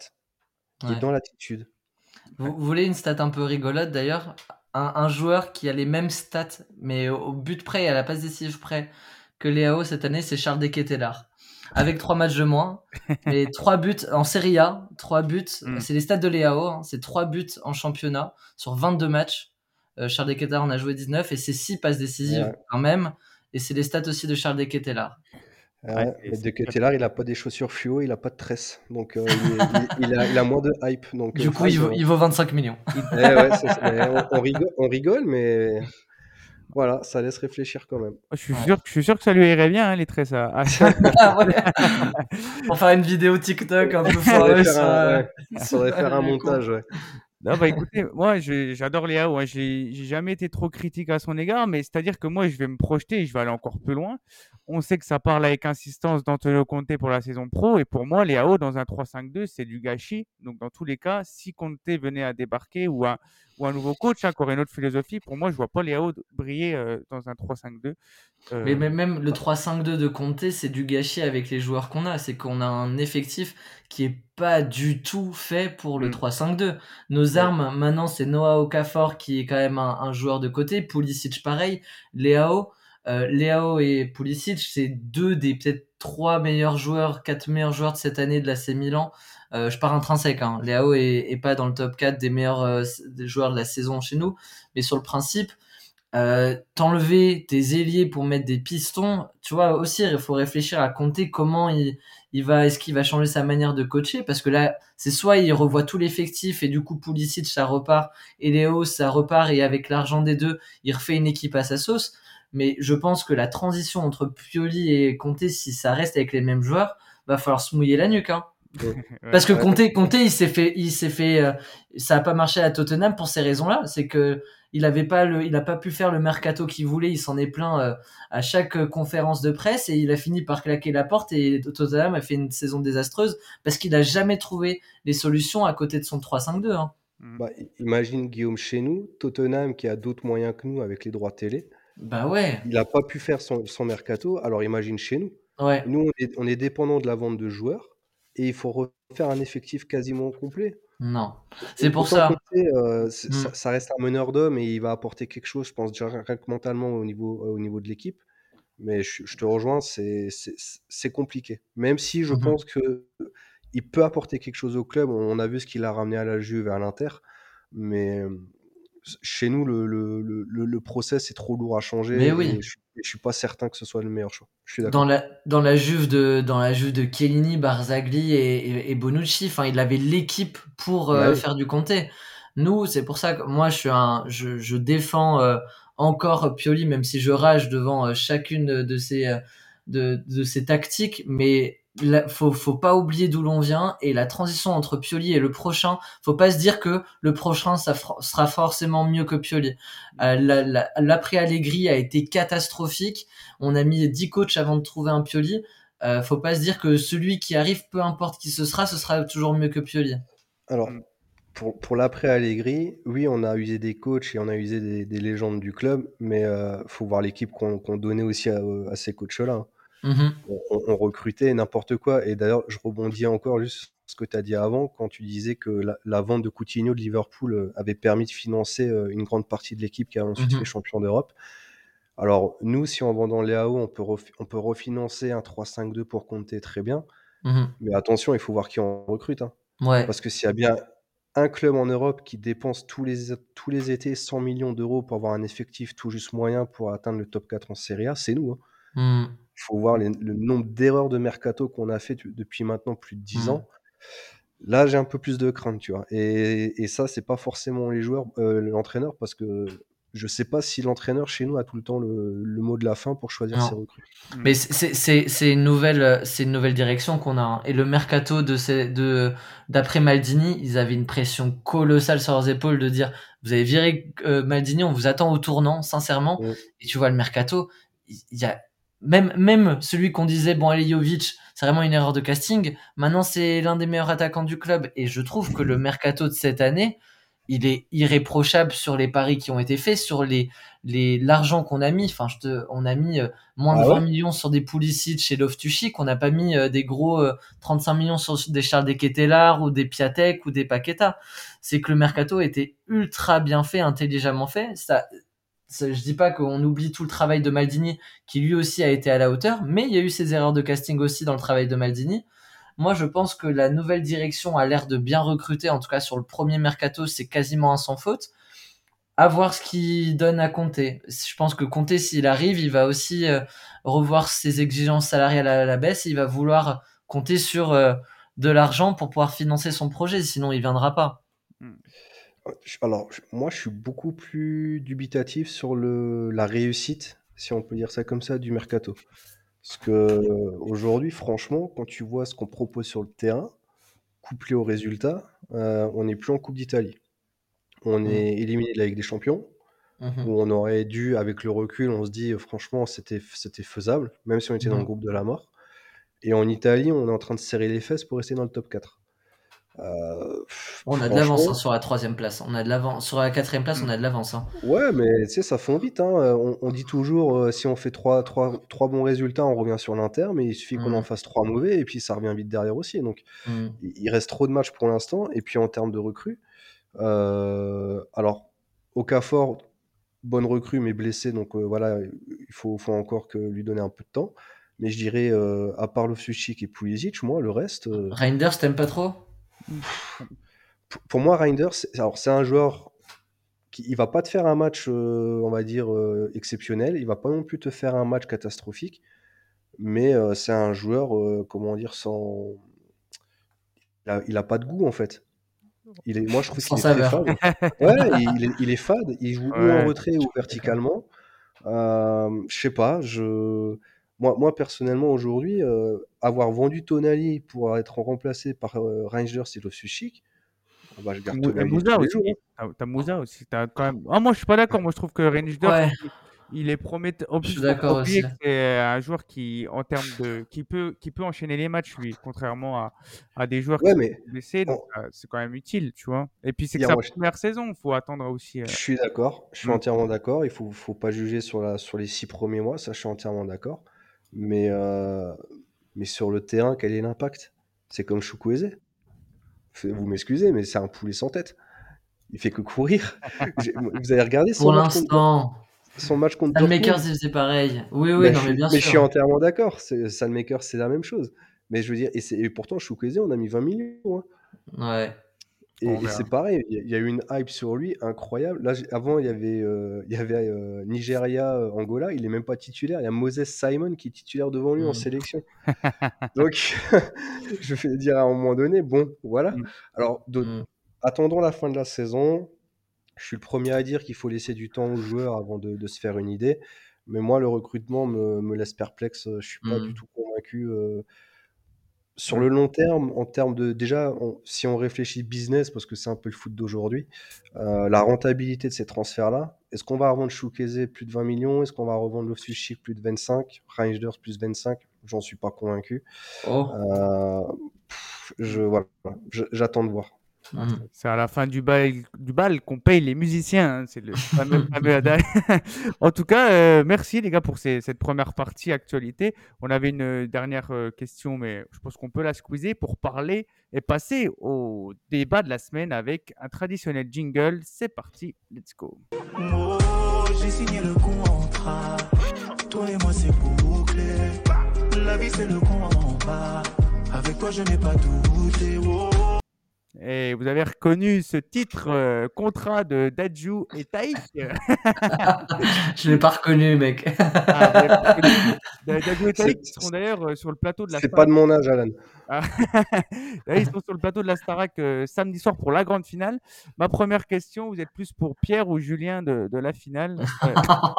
et Ouais. dans l'attitude. Vous, vous voulez une stat un peu rigolote d'ailleurs? Un, un joueur qui a les mêmes stats, mais au, au but près et à la passe décisive près que Léao cette année, c'est Charles Ketelaere. Avec trois matchs de moins, mais trois buts en Serie A, trois buts, Mm. c'est les stats de Léao, hein, c'est trois buts en championnat sur vingt-deux matchs. Euh, Charles Ketelaere en a joué dix-neuf et c'est six passes décisives Ouais. quand même. Et c'est les stats aussi de Charles Ketelaere. Ouais, Ouais, c'est- mais c'est de très côté là, il a pas des chaussures fluo, il a pas de tresse. Donc euh, il, est- il- il a, il a moins de hype. Donc Du euh, coup, il vaut, forcément. il vaut vingt-cinq millions. Eh ouais, c'est ça. Mais on, on rigole, on rigole, mais voilà, ça laisse réfléchir quand même. Je suis Ouais. sûr, je suis sûr que ça lui irait bien, hein, les tresses à, à Ah ouais. Pour faire une vidéo TikTok un peu Faudrait foireuse faire sur, un, euh, ouais, sur faudrait faire un les comptes. montage. Ouais. Non, bah écoutez, moi je- j'adore Léao, hein. J'ai j'ai jamais été trop critique à son égard, mais c'est-à-dire que moi je vais me projeter et je vais aller encore plus loin. On sait que ça parle avec insistance d'Antonio Conte pour la saison pro, et pour moi, Léao dans un trois cinq deux, c'est du gâchis. Donc dans tous les cas, si Conte venait à débarquer ou un, ou un nouveau coach hein, qui aurait une autre philosophie, pour moi je vois pas Léao briller euh, dans un trois cinq deux. Euh, Mais, mais même le trois cinq deux de Conte, c'est du gâchis avec les joueurs qu'on a. C'est qu'on a un effectif qui est pas du tout fait pour le Mm. trois cinq deux. Nos Ouais. armes, maintenant, c'est Noah Okafor qui est quand même un, un joueur de côté. Pulisic, pareil. Léao, euh, Léao et Pulisic, c'est deux des peut-être trois meilleurs joueurs, quatre meilleurs joueurs de cette année de l'A C Milan. Euh, je pars intrinsèque, hein. Léao est, est pas dans le top quatre des meilleurs euh, des joueurs de la saison chez nous. Mais sur le principe, euh, t'enlever tes ailiers pour mettre des pistons, tu vois, aussi, il faut réfléchir à compter comment il, il va, est-ce qu'il va changer sa manière de coacher, parce que là, c'est soit il revoit tout l'effectif et du coup, Pulisic, ça repart, et Léo, ça repart, et avec l'argent des deux, il refait une équipe à sa sauce. Mais je pense que la transition entre Pioli et Conte, si ça reste avec les mêmes joueurs, va falloir se mouiller la nuque, hein. ouais. Parce que Ouais. Conte, Conte, il s'est fait, il s'est fait, euh, ça a pas marché à Tottenham pour ces raisons-là. C'est que il avait pas le, il a pas pu faire le mercato qu'il voulait. Il s'en est plaint euh, à chaque euh, conférence de presse et il a fini par claquer la porte. Et Tottenham a fait une saison désastreuse parce qu'il a jamais trouvé les solutions à côté de son trois cinq deux. Hein. Mm. Bah, i- imagine Guillaume chez nous, Tottenham qui a d'autres moyens que nous avec les droits télé. Bah ouais, Il n'a pas pu faire son, son mercato, alors imagine chez nous. ouais, Nous, on est, on est dépendant de la vente de joueurs et il faut refaire un effectif quasiment complet. non. C'est pour Autant ça. Conte, euh, c- Mm. ça, ça reste un meneur d'hommes et il va apporter quelque chose, je pense, déjà rien que mentalement au niveau, au niveau de l'équipe. Mais je, je te rejoins, c'est c'est- c'est compliqué. Même si je Mhm. pense que il peut apporter quelque chose au club. On a vu ce qu'il a ramené à la Juve et à l'Inter. Mais euh, chez nous, le, le, le, le- le process est trop lourd à changer Mais et oui. je, et je suis pas certain que ce soit le meilleur choix. Je suis Dans d'accord. la, dans la Juve de, dans la Juve de Chiellini, Barzagli et, et, et Bonucci, enfin, il avait l'équipe pour euh, Bah oui. faire du Conte. Nous, c'est pour ça que moi, je suis un, je, je défends euh, encore Pioli, même si je rage devant euh, chacune de ces, euh, de, de ces tactiques. Mais il faut, faut pas oublier d'où l'on vient, et la transition entre Pioli et le prochain, faut pas se dire que le prochain ça fera, sera forcément mieux que Pioli. Euh, la, la, l'après Allegri a été catastrophique. On a mis dix coachs avant de trouver un Pioli. Euh, faut pas se dire que celui qui arrive, peu importe qui ce sera, ce sera toujours mieux que Pioli. Alors, pour, pour l'après Allegri, oui, on a usé des coachs et on a usé des, des légendes du club, mais euh, faut voir l'équipe qu'on, qu'on donnait aussi à, à ces coachs-là. Mm-hmm. On, on recrutait n'importe quoi. Et d'ailleurs, je rebondis encore juste sur ce que tu as dit avant, quand tu disais que la, la vente de Coutinho de Liverpool avait permis de financer une grande partie de l'équipe qui a ensuite Mhm. fait champion d'Europe. Alors, nous, si en vendant Léao, on peut, refi- on peut refinancer un trois cinq deux pour Conte, très bien. Mhm. Mais attention, il faut voir qui on recrute. hein. Ouais. Parce que s'il y a bien un club en Europe qui dépense tous les, tous les étés cent millions d'euros pour avoir un effectif tout juste moyen pour atteindre le top quatre en Serie A, c'est nous. hein. Mm. Il faut voir les- le nombre d'erreurs de mercato qu'on a fait tu- depuis maintenant plus de dix Mm. ans. Là, j'ai un peu plus de crainte, tu vois. Et, et ça, c'est pas forcément les joueurs, euh, l'entraîneur, parce que je sais pas si l'entraîneur chez nous a tout le temps le, le mot de la fin pour choisir Non. ses recrues. Mais c'est- c'est c'est- c'est une nouvelle c'est une nouvelle direction qu'on a, hein. Et le mercato de ces de d'après Maldini, ils avaient une pression colossale sur leurs épaules de dire vous avez viré euh, Maldini, on vous attend au tournant, sincèrement. Mm. Et tu vois le mercato, il il y a même même celui qu'on disait bon allez Jovic, c'est vraiment une erreur de casting. Maintenant c'est l'un des meilleurs attaquants du club, et je trouve que le mercato de cette année, il est irréprochable sur les paris qui ont été faits, sur les les l'argent qu'on a mis. Enfin, je te, on a mis euh, moins de Ah vingt ouais millions sur des Pulisic chez Loftus-Cheek, on n'a pas mis euh, des gros euh, trente-cinq millions sur des Charles Ketelaere ou des Piatek ou des Paqueta. C'est que le mercato était ultra bien fait, intelligemment fait. Ça, ça, je dis pas qu'on oublie tout le travail de Maldini, qui lui aussi a été à la hauteur, mais il y a eu ces erreurs de casting aussi dans le travail de Maldini. Moi, je pense que la nouvelle direction a l'air de bien recruter, en tout cas sur le premier mercato, c'est quasiment un sans faute. À voir ce qu'il donne à Conte. Je pense que Conte, s'il arrive, il va aussi euh, revoir ses exigences salariales à la baisse, et il va vouloir compter sur euh, de l'argent pour pouvoir financer son projet, sinon il viendra pas. Je- Alors, je- moi, je suis beaucoup plus dubitatif sur le, la réussite, si on peut dire ça comme ça, du mercato. Parce que euh, aujourd'hui, franchement, quand tu vois ce qu'on propose sur le terrain, couplé au résultat, euh, on n'est plus en Coupe d'Italie. On Mm. est éliminé de la Ligue des Champions, Mhm. où on aurait dû, avec le recul, on se dit, euh, franchement, c'était, c'était faisable, même si on était dans le Mhm. groupe de la mort. Et en Italie, on est en train de serrer les fesses pour rester dans le top quatre. Euh, pff, On a de l'avance hein, franchement, sur la troisième place. On a de l'avance sur la quatrième place. On a de l'avance. Hein. ouais, mais tu sais, ça fond vite. hein. Euh, On, on dit toujours, euh, si on fait trois, trois, trois bons résultats, on revient sur l'Inter, mais il suffit qu'on en Mm. fasse trois mauvais, et puis ça revient vite derrière aussi. Donc, Mm. il il reste trop de matchs pour l'instant. Et puis, en termes de recrues, euh, alors, Okafor, bonne recrue, mais blessé. Donc, euh, voilà, il faut, faut encore que lui donner un peu de temps. Mais je dirais, euh, à part Loftus-Cheek et Pulisic, moi, le reste, euh, Reinders, t'aimes pas trop? pour, pour moi, Reinders, c'est- alors, c'est un joueur qui il va pas te faire un match, euh, on va dire, euh, exceptionnel. Il va pas non plus te faire un match catastrophique. Mais euh, c'est un joueur, euh, comment dire, sans. Il a, il a pas de goût, en fait. Il est, moi, je trouve Sans qu'il est très saveur. fade. Ouais, il est, il est fade. Il joue ou en Ouais. retrait ou verticalement. Euh, je sais pas. Je... Moi, moi, personnellement, aujourd'hui, euh, avoir vendu Tonali pour être remplacé par euh, Rangers et Loftus-Cheek, ah bah, je garde Mou- euh, Tonali Moussa tous les aussi. jours. hein. T'as t'as Moussa aussi. T'as quand même... Ah, moi, je suis pas d'accord. Moi, je trouve que Rangers, Ouais, il, il est prometteur. En je suis plus, faut pas d'accord aussi. oublier que c'est un joueur qui, en termes de, qui peut, qui peut enchaîner les matchs, lui, contrairement à, à des joueurs qui Ouais, sont mais blessés. Donc, en- euh, c'est quand même utile, tu vois. Et puis, c'est il y que a sa un- première saison. Faut attendre aussi. euh, Je suis d'accord, je suis mm. entièrement d'accord. Il faut, faut pas juger sur, la, sur les six premiers mois, ça je suis entièrement d'accord. Mais, euh, mais sur le terrain, quel est l'impact? C'est comme Chukwueze. Fait- Vous m'excusez, mais c'est un poulet sans tête. Il fait que courir. J'ai- Vous avez regardé son Pour match contre, Dor- l'instant, son match contre Stalmakers, Dortmund? il faisait pareil. Oui, oui, Ben, je non, mais suis, bien mais je suis sûr. entièrement d'accord. C'est- Salmaker, c'est la même chose. Mais je veux dire, et, c'est- et pourtant, Chukwueze, on a mis vingt millions. hein. Ouais. On Et, et verra. c'est pareil, il y, a- il y a eu une hype sur lui incroyable. Là, j'ai- avant, il y avait, euh, il y avait euh, Nigeria, euh, Angola, il est même pas titulaire. Il y a Moses Simon qui est titulaire devant lui en Mm. sélection. Donc, je vais dire à un moment donné, bon, voilà. Mm. Alors, de- Mm. attendons la fin de la saison. Je suis le premier à dire qu'il faut laisser du temps aux joueurs avant de, de se faire une idée. Mais moi, le recrutement me, me laisse perplexe. Je suis pas du Mm. tout convaincu. euh, Sur Ouais. le long terme, en termes de déjà, on- si on réfléchit business, parce que c'est un peu le foot d'aujourd'hui, euh, la rentabilité de ces transferts-là, est-ce qu'on va revendre Choukézé plus de vingt millions? Est-ce qu'on va revendre Loftus-Cheek plus de vingt-cinq? Reinders plus de vingt-cinq? J'en suis pas convaincu. Oh. Euh, pff, je, voilà, je- j'attends de voir. Mhm. C'est à la fin du bal, du bal qu'on paye les musiciens, hein, c'est le fameux, fameux adage. En tout cas, euh, merci les gars pour ces- cette première partie actualité. On avait une euh, dernière euh, question, mais je pense qu'on peut la squeezer pour parler et passer au débat de la semaine avec un traditionnel jingle. C'est parti, let's go. Oh, j'ai signé le contrat. Toi et moi, c'est bouclé. La vie, c'est le combat. Avec toi, je n'ai pas douté. Oh. Et vous avez reconnu ce titre euh, contrat de Dadju et Taïk. Je l'ai pas reconnu, mec. Ah, vous avez pas reconnu. Da- Dadju et Taïk C'est qui seront d'ailleurs euh, sur le plateau de la c'est pas Starac. de mon âge, Alan. Ah, Là, ils sont sur le plateau de la Starac euh, samedi soir pour la grande finale. Ma première question, vous êtes plus pour Pierre ou Julien de, de la finale? Euh,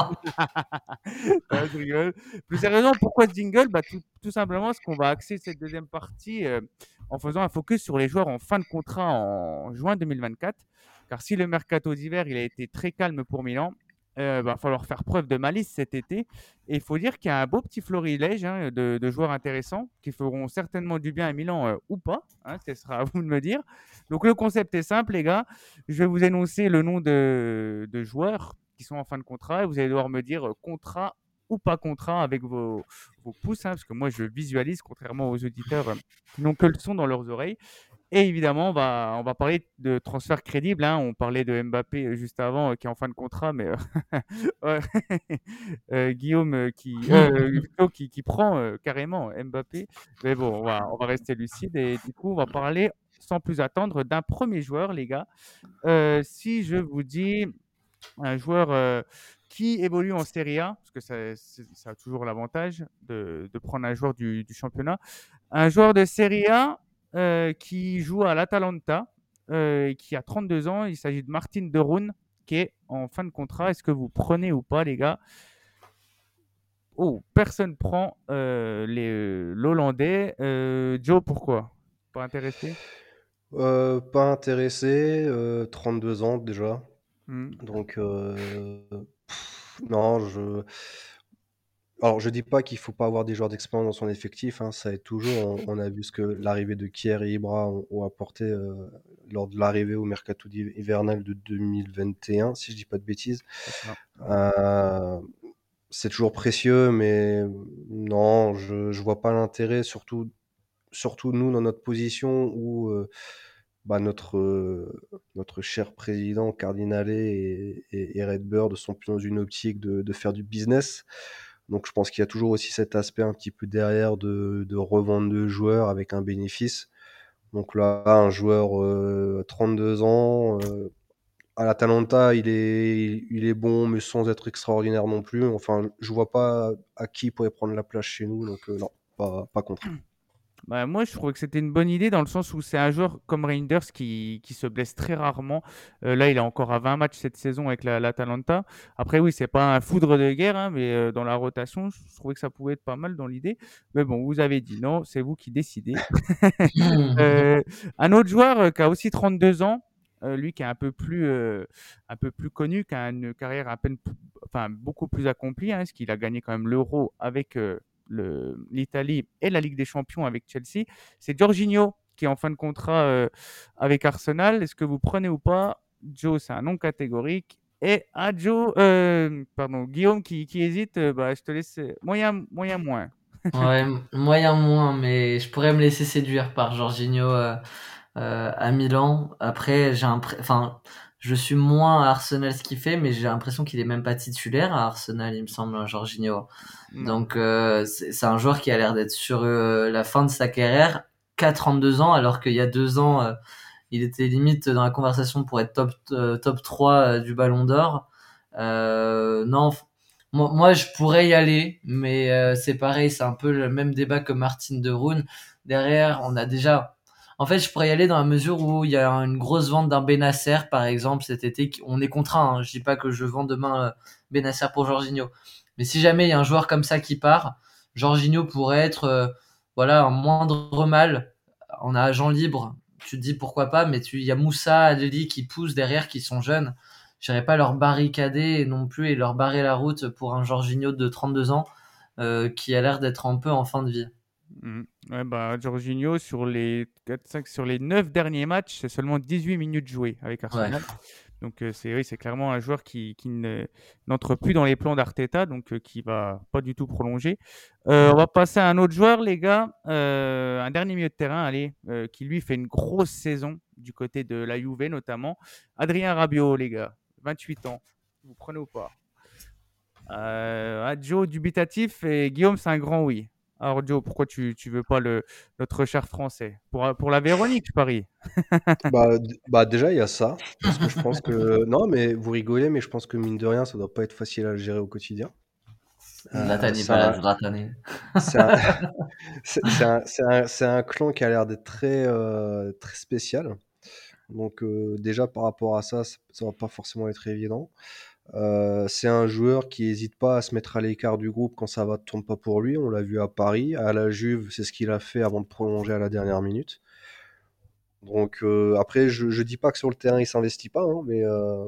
non, je rigole. Plus sérieusement, pourquoi ce jingle? Bah, tout, tout simplement parce qu'on va axer cette deuxième partie euh, en faisant un focus sur les joueurs en fin de contrat en juin deux mille vingt-quatre. Car si le mercato d'hiver il a été très calme pour Milan, il va falloir faire preuve de malice cet été. Et il faut dire qu'il y a un beau petit florilège hein, de, de joueurs intéressants qui feront certainement du bien à Milan euh, ou pas. Hein, ce sera à vous de me dire. Donc le concept est simple, les gars. Je vais vous énoncer le nom de, de joueurs qui sont en fin de contrat et vous allez devoir me dire euh, contrat ou pas contrat avec vos, vos pouces, hein, parce que moi je visualise contrairement aux auditeurs euh, qui n'ont que le son dans leurs oreilles. Et évidemment, on va, on va parler de transfert crédible. Hein. On parlait de Mbappé euh, juste avant, euh, qui est en fin de contrat, mais euh, ouais. Euh, Guillaume euh, qui, euh, Victor qui, qui prend euh, carrément Mbappé. Mais bon, on va, on va rester lucide. Et du coup, on va parler sans plus attendre d'un premier joueur, les gars. Euh, si je vous dis un joueur euh, qui évolue en Serie A, parce que ça, c'est- ça a toujours l'avantage de, de prendre un joueur du, du championnat, un joueur de Serie A euh, qui joue à l'Atalanta, euh, et qui a trente-deux ans. Il s'agit de Martin de Roon, qui est en fin de contrat. Est-ce que vous prenez ou pas, les gars? Oh, personne prend euh, les, euh, l'Hollandais. Euh, Joe, pourquoi? Pas intéressé? Euh, pas intéressé, euh, trente-deux ans déjà. Hmm. Donc, euh, pff, non, je. Alors, je dis pas qu'il faut pas avoir des joueurs d'expérience dans son effectif, hein, ça aide toujours. On, on a vu ce que l'arrivée de Kier et Ibra ont, ont apporté euh, lors de l'arrivée au mercato d'hi- hivernal de deux mille vingt et un, si je dis pas de bêtises. Non. Euh, c'est toujours précieux, mais non, je, je vois pas l'intérêt, surtout, surtout nous dans notre position où euh, bah, notre, euh, notre cher président Cardinale et, et, et Redbird sont plus dans une optique de, de faire du business. Donc je pense qu'il y a toujours aussi cet aspect un petit peu derrière de, de revente de joueurs avec un bénéfice. Donc là, un joueur euh, trente-deux ans, euh, à l'Atalanta, il est, il est bon, mais sans être extraordinaire non plus. Enfin, je vois pas à qui il pourrait prendre la place chez nous, donc euh, non, pas, pas contre. Bah, moi, je trouvais que c'était une bonne idée dans le sens où c'est un joueur comme Reinders qui, qui se blesse très rarement. Euh, là, il est encore à vingt matchs cette saison avec la, l'Atalanta. Après, oui, c'est pas un foudre de guerre, hein, mais euh, dans la rotation, je trouvais que ça pouvait être pas mal dans l'idée. Mais bon, vous avez dit non, c'est vous qui décidez. Euh, un autre joueur euh, qui a aussi trente-deux ans, euh, lui qui est un peu plus, euh, un peu plus connu, qui a une carrière à peine, p- enfin beaucoup plus accomplie, hein, parce qu'il a gagné quand même l'Euro avec euh, le- l'Italie et la Ligue des Champions avec Chelsea. C'est Jorginho qui est en fin de contrat euh, avec Arsenal. Est-ce que vous prenez ou pas? Joe, c'est un non catégorique. Et à Joe, euh, pardon, Guillaume qui, qui hésite, euh, bah, je te laisse euh, moyen, moyen, moins. Ouais, m- moyen moins, mais je pourrais me laisser séduire par Jorginho euh, euh, à Milan. Après, j'ai un, enfin, je suis moins à Arsenal ce qu'il fait, mais j'ai l'impression qu'il est même pas titulaire à Arsenal, il me semble, hein, Jorginho. Non. Donc, euh, c'est c'est un joueur qui a l'air d'être sur euh, la fin de sa carrière, qu'à trente-deux ans, alors qu'il y a deux ans, euh, il était limite dans la conversation pour être top euh, top trois euh, du Ballon d'Or. Euh, non, f- moi, moi, je pourrais y aller, mais euh, c'est pareil, c'est un peu le même débat que Martin de Roon. Derrière, on a déjà. En fait, je pourrais y aller dans la mesure où il y a une grosse vente d'un Benasser, par exemple, cet été. qui- On est contraint. Hein. Je dis pas que je vends demain euh, Benasser pour Jorginho, mais si jamais il y a un joueur comme ça qui part, Jorginho pourrait être euh, voilà, un moindre mal, on a agent libre, tu te dis pourquoi pas, mais il y a Moussa, Adeli qui poussent derrière, qui sont jeunes. Je n'irais pas leur barricader non plus et leur barrer la route pour un Jorginho de trente-deux ans euh, qui a l'air d'être un peu en fin de vie. Mmh. Ouais, bah, Jorginho, sur les quatre cinq sur les neuf derniers matchs, c'est seulement dix-huit minutes jouées avec Arsenal. Ouais. Donc, euh, c'est oui, c'est clairement un joueur qui, qui ne- n'entre plus dans les plans d'Arteta, donc euh, qui va pas du tout prolonger. Euh, on va passer à un autre joueur, les gars. Euh, un dernier milieu de terrain, allez, euh, qui lui fait une grosse saison du côté de la Juve notamment. Adrien Rabiot, les gars, vingt-huit ans. Vous prenez ou pas? Euh, ah, Joe, dubitatif, et Guillaume, c'est un grand oui. Alors Joe, pourquoi tu, tu veux pas le, notre cher français? Pour, pour la Véronique, je parie. Bah, d- bah déjà, il y a ça. Parce que je pense que. Non, mais vous rigolez, mais je pense que mine de rien, ça doit pas être facile à gérer au quotidien. Euh, Zlatan n'est c'est pas là, un, Zlatan est- c'est un, c'est- c'est un, c'est un- c'est un clan qui a l'air d'être très, euh, très spécial. Donc, euh, déjà, par rapport à ça, ça, ça va pas forcément être évident. Euh, c'est un joueur qui n'hésite pas à se mettre à l'écart du groupe quand ça va tourne pas pour lui. On l'a vu à Paris, à la Juve, c'est ce qu'il a fait avant de prolonger à la dernière minute. Donc euh, après, je, je dis pas que sur le terrain il s'investit pas, hein, mais euh,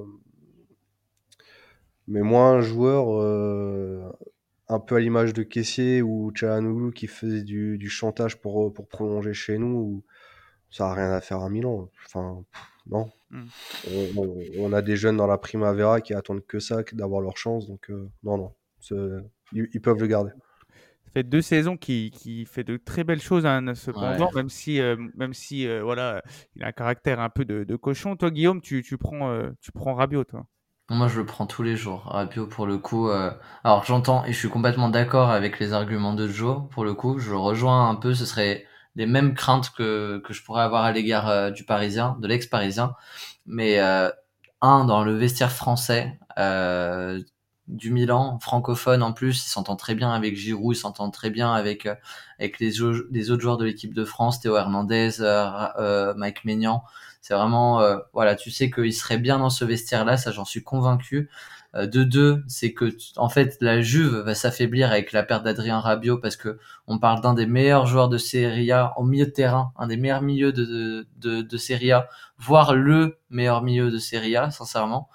mais moi un joueur euh, un peu à l'image de Kessié ou Çalhanoğlu qui faisait du, du chantage pour pour prolonger chez nous, ou- ça a rien à faire à Milan. Enfin pff, non. Hmm. On, on- on a des jeunes dans la Primavera qui attendent que ça, que d'avoir leur chance. Donc euh, non non, C'est- ils, ils peuvent le garder. Ça fait deux saisons qui, qui fait de très belles choses, hein, cependant, Ouais. même si, euh, même si euh, voilà, il a un caractère un peu de, de cochon. Toi, Guillaume, tu, tu prends, euh, tu prends Rabiot, toi. Moi, je le prends tous les jours. Rabiot, pour le coup. euh, Alors, j'entends et je suis complètement d'accord avec les arguments de Joe. Pour le coup, je rejoins un peu. Ce serait les mêmes craintes que que je pourrais avoir à l'égard euh, du Parisien, de l'ex-Parisien. Mais euh, un, dans le vestiaire français euh, du Milan, francophone en plus, il s'entend très bien avec Giroud, il s'entend très bien avec euh, avec les, au- les autres joueurs de l'équipe de France, Théo Hernandez, euh, Ra- euh, Mike Maignan. C'est vraiment, euh, voilà, tu sais qu'il serait bien dans ce vestiaire-là, ça j'en suis convaincu. Euh, de deux, c'est que t- en fait la Juve va s'affaiblir avec la perte d'Adrien Rabiot parce que on parle d'un des meilleurs joueurs de Serie A au milieu de terrain, un des meilleurs milieux de de, de, de Serie A, voire le meilleur milieu de Serie A, sincèrement.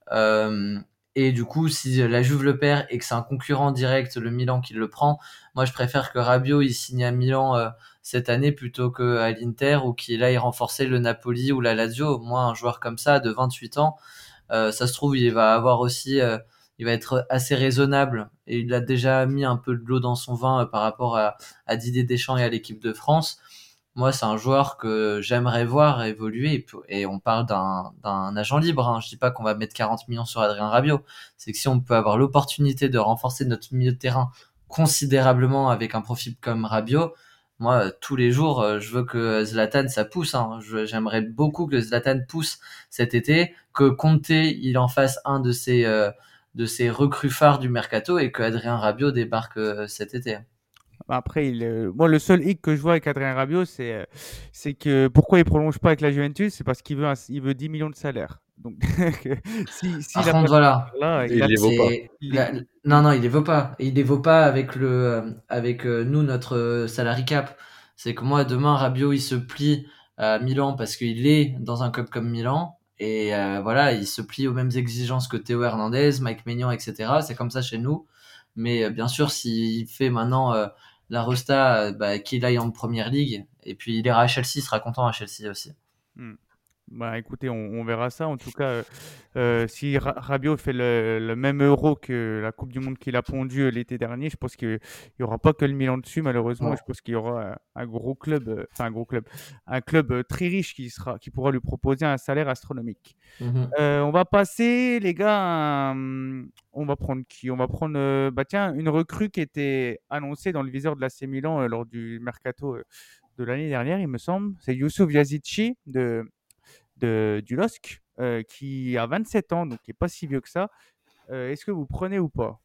Euh, et du coup, si la Juve le perd et que c'est un concurrent direct, le Milan, qui le prend, moi je préfère que Rabiot il signe à Milan euh, cette année plutôt qu'à l'Inter ou qu'il aille renforcer le Napoli ou la Lazio. Moi, un joueur comme ça de vingt-huit ans, euh, ça se trouve, il va avoir aussi, euh, il va être assez raisonnable et il a déjà mis un peu de l'eau dans son vin euh, par rapport à, à Didier Deschamps et à l'équipe de France. Moi, c'est un joueur que j'aimerais voir évoluer et, pour- et on parle d'un d'un agent libre. Hein. Je dis pas qu'on va mettre quarante millions sur Adrien Rabiot. C'est que si on peut avoir l'opportunité de renforcer notre milieu de terrain considérablement avec un profil comme Rabiot, moi, euh, tous les jours, euh, je veux que Zlatan, ça pousse. Hein. Je- J'aimerais beaucoup que Zlatan pousse cet été, que Conte, il en fasse un de ses, euh, de ses recrues phares du mercato et que Adrien Rabiot débarque euh, cet été. Bah, Après, il, euh, moi, le seul hic que je vois avec Adrien Rabiot, c'est euh, c'est que pourquoi il prolonge pas avec la Juventus, c'est parce qu'il veut, un- il veut dix millions de salaire. Donc, si, s'il Par a pas contre, ce voilà, salaire-là, Et il il a. les vaut pas. c'est il la- est- non, non, il les vaut pas. Il les vaut pas avec le, euh, avec euh, nous notre euh, salary cap. C'est que moi demain Rabiot il se plie à Milan parce qu'il est dans un club comme Milan et euh, voilà il se plie aux mêmes exigences que Théo Hernandez, Mike Maignan, et cetera. C'est comme ça chez nous. Mais euh, bien sûr s'il fait maintenant euh, la Rosta, euh, bah, qu'il aille en première ligue et puis il ira à Chelsea, il sera content à Chelsea aussi. Hmm. Bah, écoutez, on, on verra ça. En tout cas, euh, euh, si Ra- Rabiot fait le, le même Euro que la Coupe du Monde qu'il a pondu euh, l'été dernier, je pense qu'il n'y aura pas que le Milan dessus, malheureusement. Ouais. Et je pense qu'il y aura un, un gros club, euh, enfin un gros club, un club euh, très riche qui sera, qui pourra lui proposer un salaire astronomique. Mhm. Euh, on va passer, les gars, à, hum, on va prendre qui? On va prendre, euh, bah tiens, une recrue qui était annoncée dans le viseur de l'A C Milan euh, lors du mercato euh, de l'année dernière, il me semble. C'est Youssouf Yazici de de, du L O S C, euh, qui a vingt-sept ans, donc qui n'est pas si vieux que ça. Euh, Est-ce que vous prenez ou pas?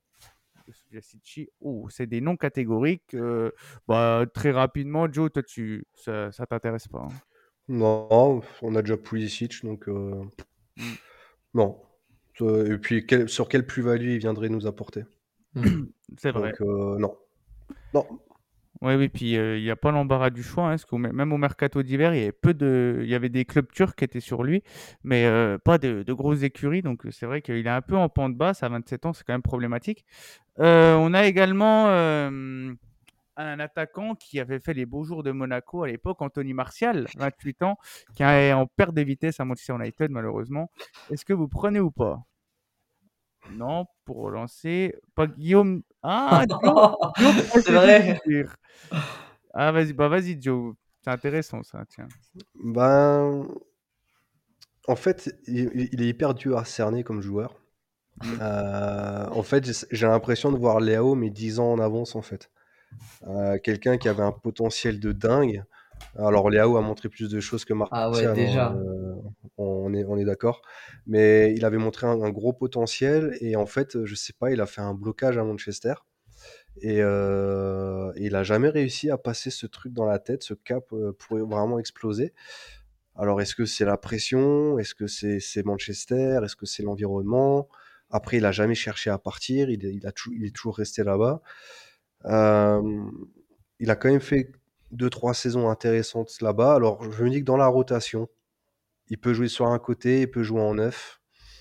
Oh, c'est des noms catégoriques. Euh, bah, très rapidement, Joe, toi, tu, ça, ça t'intéresse pas, hein? Non, on a déjà Pulisic, donc euh, Mm. non. Euh, Et puis quel- sur quelle plus-value il viendrait nous apporter? Mhm. C'est vrai. Donc euh, non. Non. Oui, oui, puis euh, il n'y a pas l'embarras du choix, hein, parce que même au mercato d'hiver, il y avait peu de, il y avait des clubs turcs qui étaient sur lui, mais euh, pas de, de grosses écuries. Donc euh, c'est vrai qu'il est un peu en pente basse à vingt-sept ans, c'est quand même problématique. Euh, on a également euh, un attaquant qui avait fait les beaux jours de Monaco à l'époque, Anthony Martial, vingt-huit ans, qui est en perte de vitesse à Manchester United malheureusement. Est-ce que vous prenez ou pas? Non, pour relancer, pas Guillaume. Ah, Joe, Joe pourrait C'est se vrai. décider. Ah, vas-y, bah vas-y, Joe. C'est intéressant, ça, tiens. Ben, en fait, il, il est hyper dur à cerner comme joueur. Mm. Euh, en fait, j'ai j'ai l'impression de voir Léao, mais dix ans en avance, en fait. Euh, quelqu'un qui avait un potentiel de dingue. Alors, Léao a montré plus de choses que Ah ouais, Martial, hein, déjà. euh, on est, on est d'accord. Mais il avait montré un, un gros potentiel, et en fait, je sais pas, il a fait un blocage à Manchester. Et euh, il a jamais réussi à passer ce truc dans la tête, ce cap euh, pour vraiment exploser. Alors, est-ce que c'est la pression? Est-ce que c'est c'est Manchester? Est-ce que c'est l'environnement? Après, il a jamais cherché à partir. Il, est- il a tou- il est toujours resté là-bas. Euh, il a quand même fait deux, trois saisons intéressantes là-bas. Alors, je me dis que dans la rotation, il peut jouer sur un côté, il peut jouer en neuf.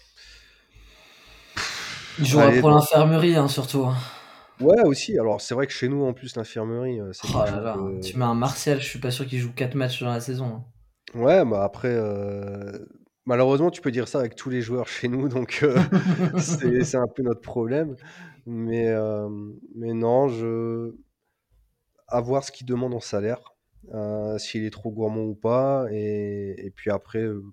Il jouera Allez, pour dans- l'infirmerie, hein, surtout. ouais, aussi. Alors, c'est vrai que chez nous, en plus, l'infirmerie, euh, c'est Oh quelque là chose là, de. tu mets un Martial, je suis pas sûr qu'il joue quatre matchs dans la saison, hein. Ouais, bah après, euh, malheureusement, tu peux dire ça avec tous les joueurs chez nous, donc euh, c'est c'est un peu notre problème. Mais, euh, mais non, je... à voir ce qu'il demande en salaire, euh, s'il est trop gourmand ou pas. Et, et puis après, euh,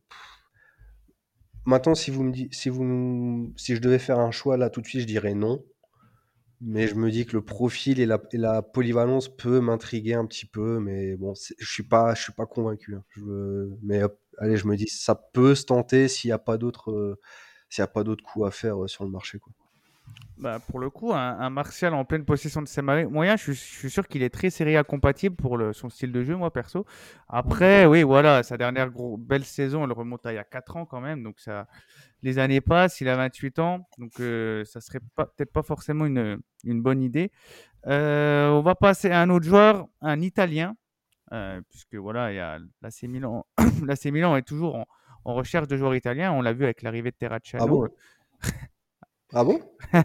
maintenant, si vous me dites, si vous, me- si je devais faire un choix là tout de suite, je dirais non. Mais je me dis que le profil et la, et la polyvalence peut m'intriguer un petit peu, mais bon, c'est- je suis pas, je suis pas convaincu, hein. Je veux- mais hop, allez, je me dis, ça peut se tenter s'il n'y a pas d'autres, euh, s'il y a pas d'autres coups à faire euh, sur le marché, quoi. Bah, pour le coup, un, un Martial en pleine possession de ses ma- moyens, je, suis je suis sûr qu'il est très Serie A compatible pour le, son style de jeu, moi perso. Après, oui, voilà, sa dernière gros, belle saison, elle remonte à il y a quatre ans quand même, donc ça, les années passent, il a vingt-huit ans, donc euh, ça serait pas- peut-être pas forcément une, une bonne idée. Euh, on va passer à un autre joueur, un Italien, euh, puisque voilà, il y a l'A C Milan. L'A C Milan est toujours en, en recherche de joueurs italiens. On l'a vu avec l'arrivée de Ah Terracciano. bon? Ah bon?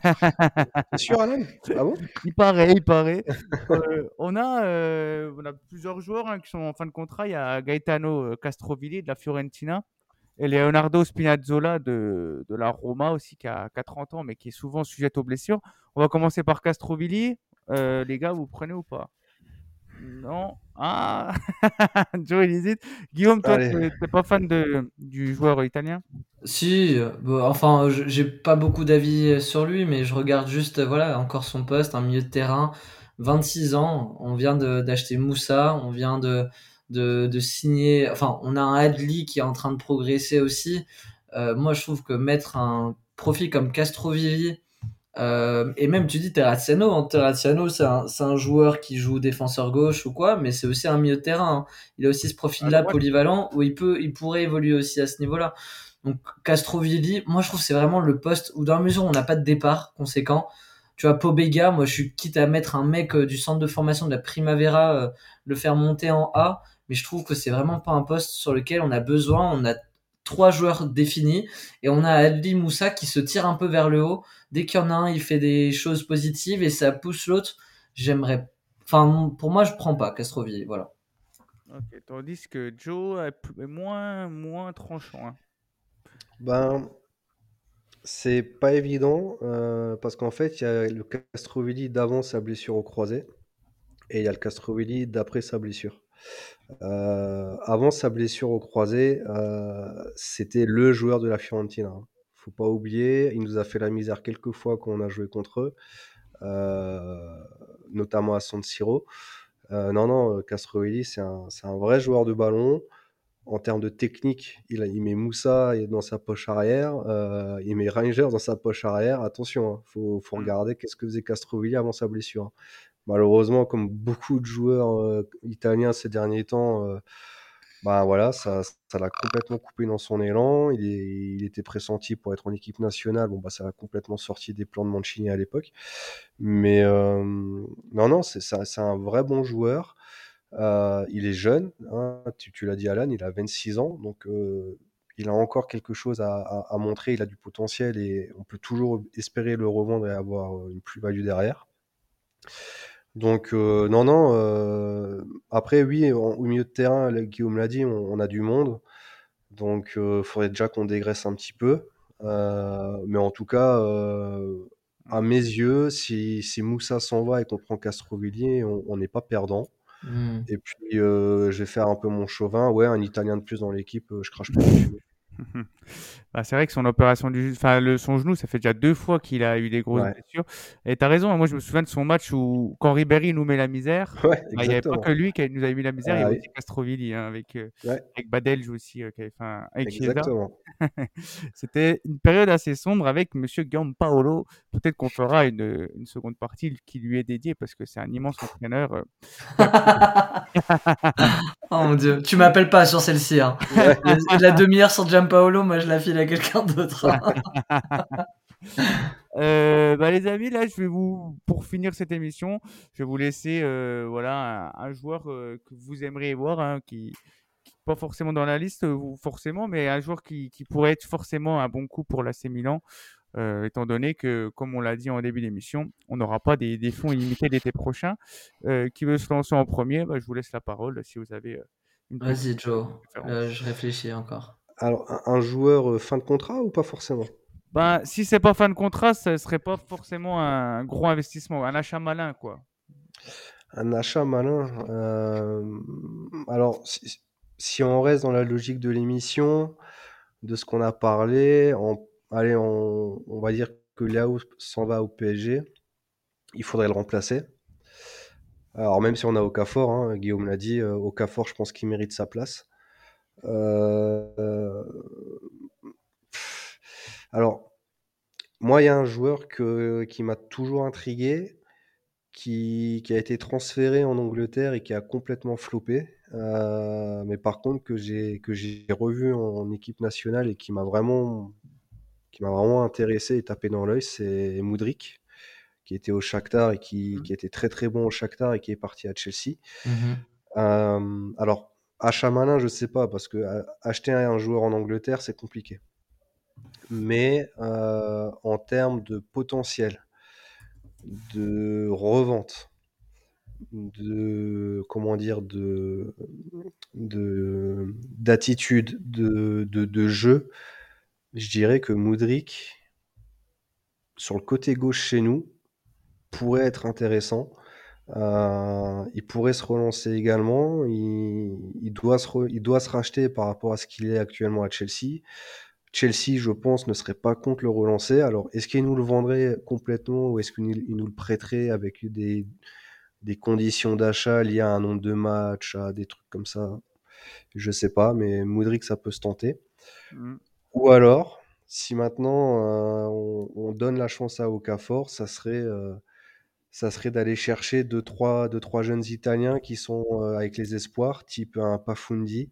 T'es sûr, Alan? Ah bon? Il paraît, il paraît. Euh, on a, euh, on a plusieurs joueurs hein, qui sont en fin de contrat. Il y a Gaetano euh, Castrovilli de la Fiorentina et Leonardo Spinazzola de, de la Roma aussi qui a, qui a trente ans mais qui est souvent sujet aux blessures. On va commencer par Castrovilli. Euh, les gars, vous prenez ou pas? Non. Ah, Joe, il hésite. Guillaume, toi, Allez. t'es t'es pas fan de, du joueur italien? Si, euh, bon, enfin, je- j'ai pas beaucoup d'avis euh, sur lui, mais je regarde juste, euh, voilà, encore son poste, un milieu de terrain, vingt-six ans, on vient de d'acheter Moussa, on vient de, de, de signer, enfin, on a un Adli qui est en train de progresser aussi. Euh, moi, je trouve que mettre un profil comme Castrovilli, euh, et même tu dis Terraziano, hein, Terraziano, c'est un, c'est un joueur qui joue défenseur gauche ou quoi, mais c'est aussi un milieu de terrain, hein. Il a aussi ce À profil-là droite. polyvalent où il peut, il pourrait évoluer aussi à ce niveau-là. Donc Castrovilli, moi je trouve que c'est vraiment le poste où dans la mesure où on n'a pas de départ conséquent, tu vois, Pobega, moi je suis quitte à mettre un mec euh, du centre de formation de la Primavera, euh, le faire monter en A, mais je trouve que c'est vraiment pas un poste sur lequel on a besoin. On a trois joueurs définis et on a Adli Moussa qui se tire un peu vers le haut. Dès qu'il y en a un, il fait des choses positives et ça pousse l'autre. J'aimerais. Enfin, pour moi, je prends pas Castrovilli, voilà. Ok, tandis que Joe est p- est moins, moins tranchant, hein. Ben, c'est pas évident euh, parce qu'en fait, il y a le Castrovilli d'avant sa blessure au croisé et il y a le Castrovilli d'après sa blessure. Euh, avant sa blessure au croisé, euh, c'était le joueur de la Fiorentina, hein. Faut pas oublier, il nous a fait la misère quelques fois quand on a joué contre eux, euh, notamment à San Siro. Euh, non, non, Castrovilli, c'est un, c'est un vrai joueur de ballon. En termes de technique, il, a- il met Moussa dans sa poche arrière, euh, il met Rangers dans sa poche arrière. Attention, hein, faut, faut Mm. regarder qu'est-ce que faisait Castrovilli avant sa blessure, hein. Malheureusement, comme beaucoup de joueurs euh, italiens ces derniers temps, euh, bah voilà, ça, ça l'a complètement coupé dans son élan. Il, est- il était pressenti pour être en équipe nationale. Bon, bah, ça l'a complètement sorti des plans de Mancini à l'époque. Mais, euh, non, non, c'est c'est un c'est un vrai bon joueur. Euh, il est jeune, hein, tu, tu l'as dit Alan, il a vingt-six ans, donc euh, il a encore quelque chose à, à- à montrer, il a du potentiel et on peut toujours espérer le revendre et avoir euh, une plus-value derrière. Donc euh, non, non, euh, après oui, en- au milieu de terrain, là, Guillaume l'a dit, on, on a du monde, donc il faudrait déjà qu'on dégraisse un petit peu. Euh, mais en tout cas, euh, à mes yeux, si, si Moussa s'en va et qu'on prend Castrovilliers, on on n'est pas perdant. Hmm. Et puis, euh, je vais faire un peu mon chauvin. Ouais, un Italien de plus dans l'équipe, euh, je crache pas dessus. Bah, c'est vrai que son opération du, enfin, le, son genou, ça fait déjà deux fois qu'il a eu des grosses Ouais, blessures. Et t'as raison, hein, moi je me souviens de son match où quand Ribéry nous met la misère, ouais, bah, il n'y avait pas que exactement. lui qui nous avait mis la misère, il y Ah avait oui, aussi Castrovilli, hein, avec, euh, ouais, avec Badelj aussi, euh, qui avait fait un- avec Chiesa. exactement. C'était une période assez sombre avec Monsieur Giampaolo. Peut-être qu'on fera une, une seconde partie qui lui est dédiée parce que c'est un immense entraîneur. euh, qui a pris- Oh mon dieu, tu m'appelles pas sur celle-ci. Hein. Ouais, La demi-heure sur Giampaolo, moi je la file à quelqu'un d'autre. Euh, bah, les amis, là, je vais vous, pour finir cette émission, je vais vous laisser, euh, voilà, un, un joueur euh, que vous aimeriez voir, hein, qui, qui- pas forcément dans la liste, euh, ou forcément, mais un joueur qui, qui pourrait être forcément un bon coup pour l'A C Milan, euh, étant donné que, comme on l'a dit en début d'émission, on n'aura pas des, des fonds illimités l'été prochain. Euh, qui veut se lancer en premier? Bah, je vous laisse la parole si vous avez euh, une petite Vas-y Joe, préférence. là je réfléchis encore. alors, un, un joueur euh, fin de contrat ou pas forcément? Ben, si c'est pas fin de contrat, ce serait pas forcément un gros investissement, un achat malin, quoi. Un achat malin. euh, Alors, si, si on reste dans la logique de l'émission, de ce qu'on a parlé, on, allez, on, on va dire que Léao s'en va au P S G, il faudrait le remplacer. Alors, même si on a Okafor, hein, Guillaume l'a dit, euh, Okafor, je pense qu'il mérite sa place. Euh, euh, Alors, moi, il y a un joueur que, qui m'a toujours intrigué, qui, qui a été transféré en Angleterre et qui a complètement floppé. Euh, mais par contre, que j'ai que j'ai revu en, en équipe nationale et qui m'a vraiment, qui m'a vraiment intéressé et tapé dans l'œil, c'est Mudryk, qui était au Shakhtar et qui, qui était très très bon au Shakhtar et qui est parti à Chelsea. Mhm. Euh, alors, achat malin, je sais pas, parce que euh, acheter un joueur en Angleterre, c'est compliqué. Mais euh, en termes de potentiel, de revente, de comment dire, de de d'attitude, de, de, de jeu, je dirais que Mudryk, sur le côté gauche chez nous, pourrait être intéressant. Euh, il pourrait se relancer également. Il, il doit se re- il doit se racheter par rapport à ce qu'il est actuellement à Chelsea. Chelsea, je pense, ne serait pas contre le relancer. Alors, est-ce qu'il nous le vendrait complètement ou est-ce qu'il nous il nous le prêterait avec des, des conditions d'achat liées à un nombre de matchs, à des trucs comme ça? Je sais pas, mais Mudryk, ça peut se tenter. Mm. Ou alors, si maintenant euh, on, on donne la chance à Okafor, ça serait, euh, ça serait d'aller chercher deux trois, deux, trois jeunes Italiens qui sont euh, avec les espoirs, type un Pafundi,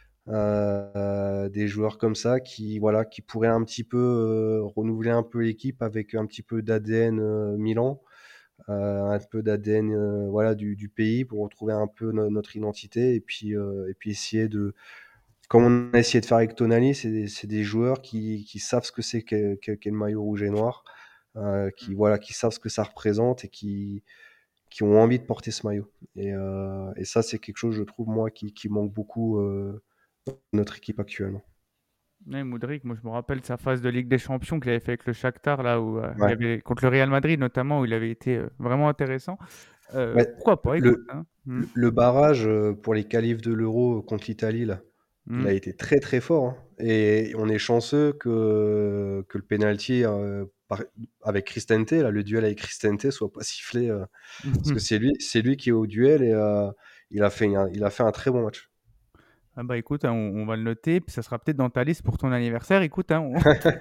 euh, des joueurs comme ça qui, voilà, qui pourraient un petit peu euh, renouveler un peu l'équipe avec un petit peu d'A D N euh, Milan, euh, un peu d'A D N euh, voilà, du, du pays pour retrouver un peu no- notre identité et puis, euh, et puis essayer de, comme on a essayé de faire avec Tonali, c'est des, c'est des joueurs qui, qui savent ce que c'est qu'est qu'est- qu'est le maillot rouge et noir, euh, qui, voilà, qui savent ce que ça représente et qui, qui ont envie de porter ce maillot. Et, euh, et ça, c'est quelque chose, je trouve, moi, qui, qui manque beaucoup euh, dans notre équipe actuellement. Ouais, Mudryk, moi je me rappelle sa phase de Ligue des Champions qu'il avait fait avec le Shakhtar, là où euh, il y Ouais. avait contre le Real Madrid notamment, où il avait été euh, vraiment intéressant. Euh, Ouais, pourquoi pas, écoute. le, Hein. Mm. le, le barrage euh, pour les qualifs de l'Euro contre l'Italie, là, il Mm. a été très très fort. Hein. Et on est chanceux que, que le penalty euh, par- avec Cristante, là, le duel avec Cristante, soit pas sifflé. euh, parce que c'est lui, c'est lui qui est au duel et euh, il, a fait un, il a fait un très bon match. Ah bah écoute, hein, on, on va le noter, puis ça sera peut-être dans ta liste pour ton anniversaire. Écoute, hein, on...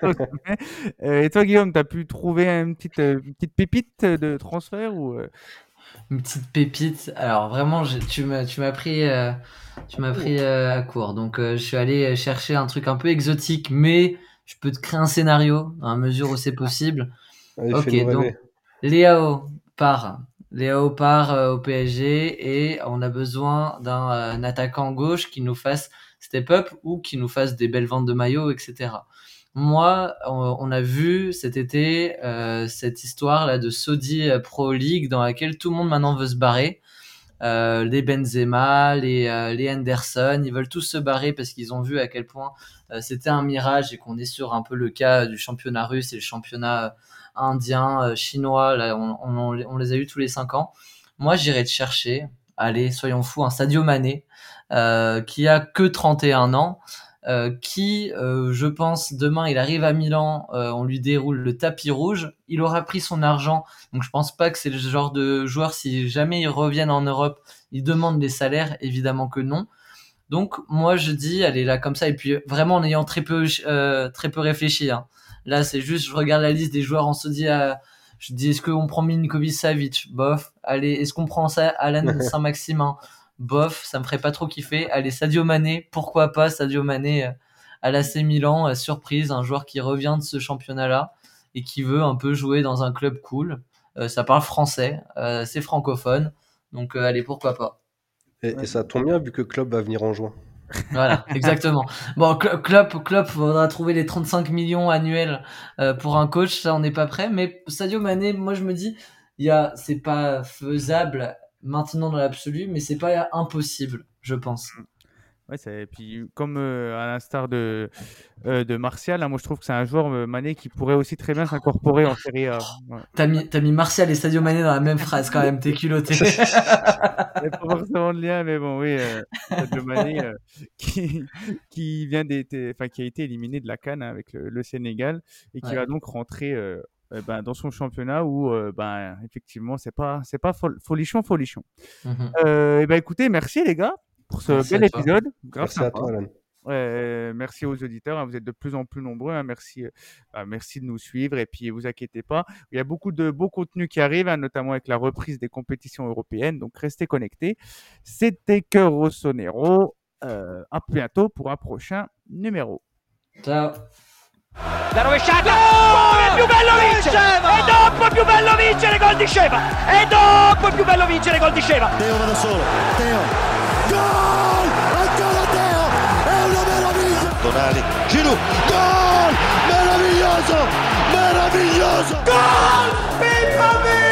Euh, et toi Guillaume, t'as pu trouver une petite, euh, une petite pépite de transfert ou euh, Une petite pépite. Alors vraiment, j'ai- tu m'as tu m'as pris euh, tu m'as pris euh, à court. Donc euh, je suis allé chercher un truc un peu exotique, mais je peux te créer un scénario à mesure où c'est possible. Allez, Ok, fais-nous donc rêver. Léao part Léo part euh, au P S G et on a besoin d'un euh, un attaquant gauche qui nous fasse step up ou qui nous fasse des belles ventes de maillots, et cetera. Moi, on, on a vu cet été euh, cette histoire là de Saudi Pro League dans laquelle tout le monde maintenant veut se barrer. Euh, les Benzema, les, euh, les Henderson, ils veulent tous se barrer parce qu'ils ont vu à quel point euh, c'était un mirage et qu'on est sur un peu le cas du championnat russe et le championnat indien, euh, chinois, là, on, on, on les a eu tous les cinq ans. Moi, j'irais te chercher, allez, soyons fous, un Sadio Mané euh, qui a que trente et un ans, euh, qui, euh, je pense, demain, il arrive à Milan, euh, on lui déroule le tapis rouge, il aura pris son argent, donc je pense pas que c'est le genre de joueur, si jamais ils reviennent en Europe, ils demandent des salaires, évidemment que non. Donc moi je dis, allez là comme ça, et puis vraiment en ayant très peu, euh, très peu réfléchi, hein. Là c'est juste, je regarde la liste des joueurs en Saudi, euh, je dis est-ce qu'on prend Milinkovic Savic, bof. Allez, est-ce qu'on prend ça Alan Saint-Maximin, bof, ça me ferait pas trop kiffer. Allez, Sadio Mané, pourquoi pas Sadio Mané euh, à l'A C Milan, euh, surprise, un joueur qui revient de ce championnat-là et qui veut un peu jouer dans un club cool. Euh, ça parle français, euh, c'est francophone, donc euh, allez, pourquoi pas. Et, et ça tombe bien vu que Klopp va venir en juin. Voilà, exactement. Bon, Klopp, Klopp, faudra trouver les trente-cinq millions annuels euh, pour un coach, ça on n'est pas prêt. Mais Sadio Mané, moi je me dis, il y a, c'est pas faisable maintenant dans l'absolu, mais c'est pas impossible, je pense. Ouais, c'est... Et puis, comme euh, à l'instar de, euh, de Martial, hein, moi je trouve que c'est un joueur, euh, Mané, qui pourrait aussi très bien s'incorporer en Serie A. Ouais. T'as mis, t'as mis Martial et Sadio Mané dans la même phrase quand même, t'es culotté. Il n'y a pas forcément de lien, mais bon, oui, euh, Sadio Mané euh, qui, qui, vient d'être, enfin, qui a été éliminé de la CAN, hein, avec le, le Sénégal et qui Ouais. va donc rentrer euh, euh, ben, dans son championnat où, euh, ben, effectivement, c'est pas, c'est pas fol- folichon, folichon. Mhm. Euh, et ben, écoutez, merci les gars pour ce Merci bel à toi. épisode. Grave Merci à sympa. toi, Alan. Ouais, merci aux auditeurs, hein, vous êtes de plus en plus nombreux, hein, merci, euh, bah, merci de nous suivre et puis vous inquiétez pas, il y a beaucoup de beaux contenus qui arrivent, hein, notamment avec la reprise des compétitions européennes, donc restez connectés. C'était Cœur Rossonero, euh, à bientôt pour un prochain numéro. Ciao. La rovesciata, oh, è più bello vincere, e dopo è più bello vincere gol di Sceva, e dopo è più bello vincere gol di Sceva. Teo va da solo, Teo, gol! Ancora Teo, è una meraviglia! Tonali, Giroud, gol! Meraviglioso! Meraviglioso! Gol! Pippa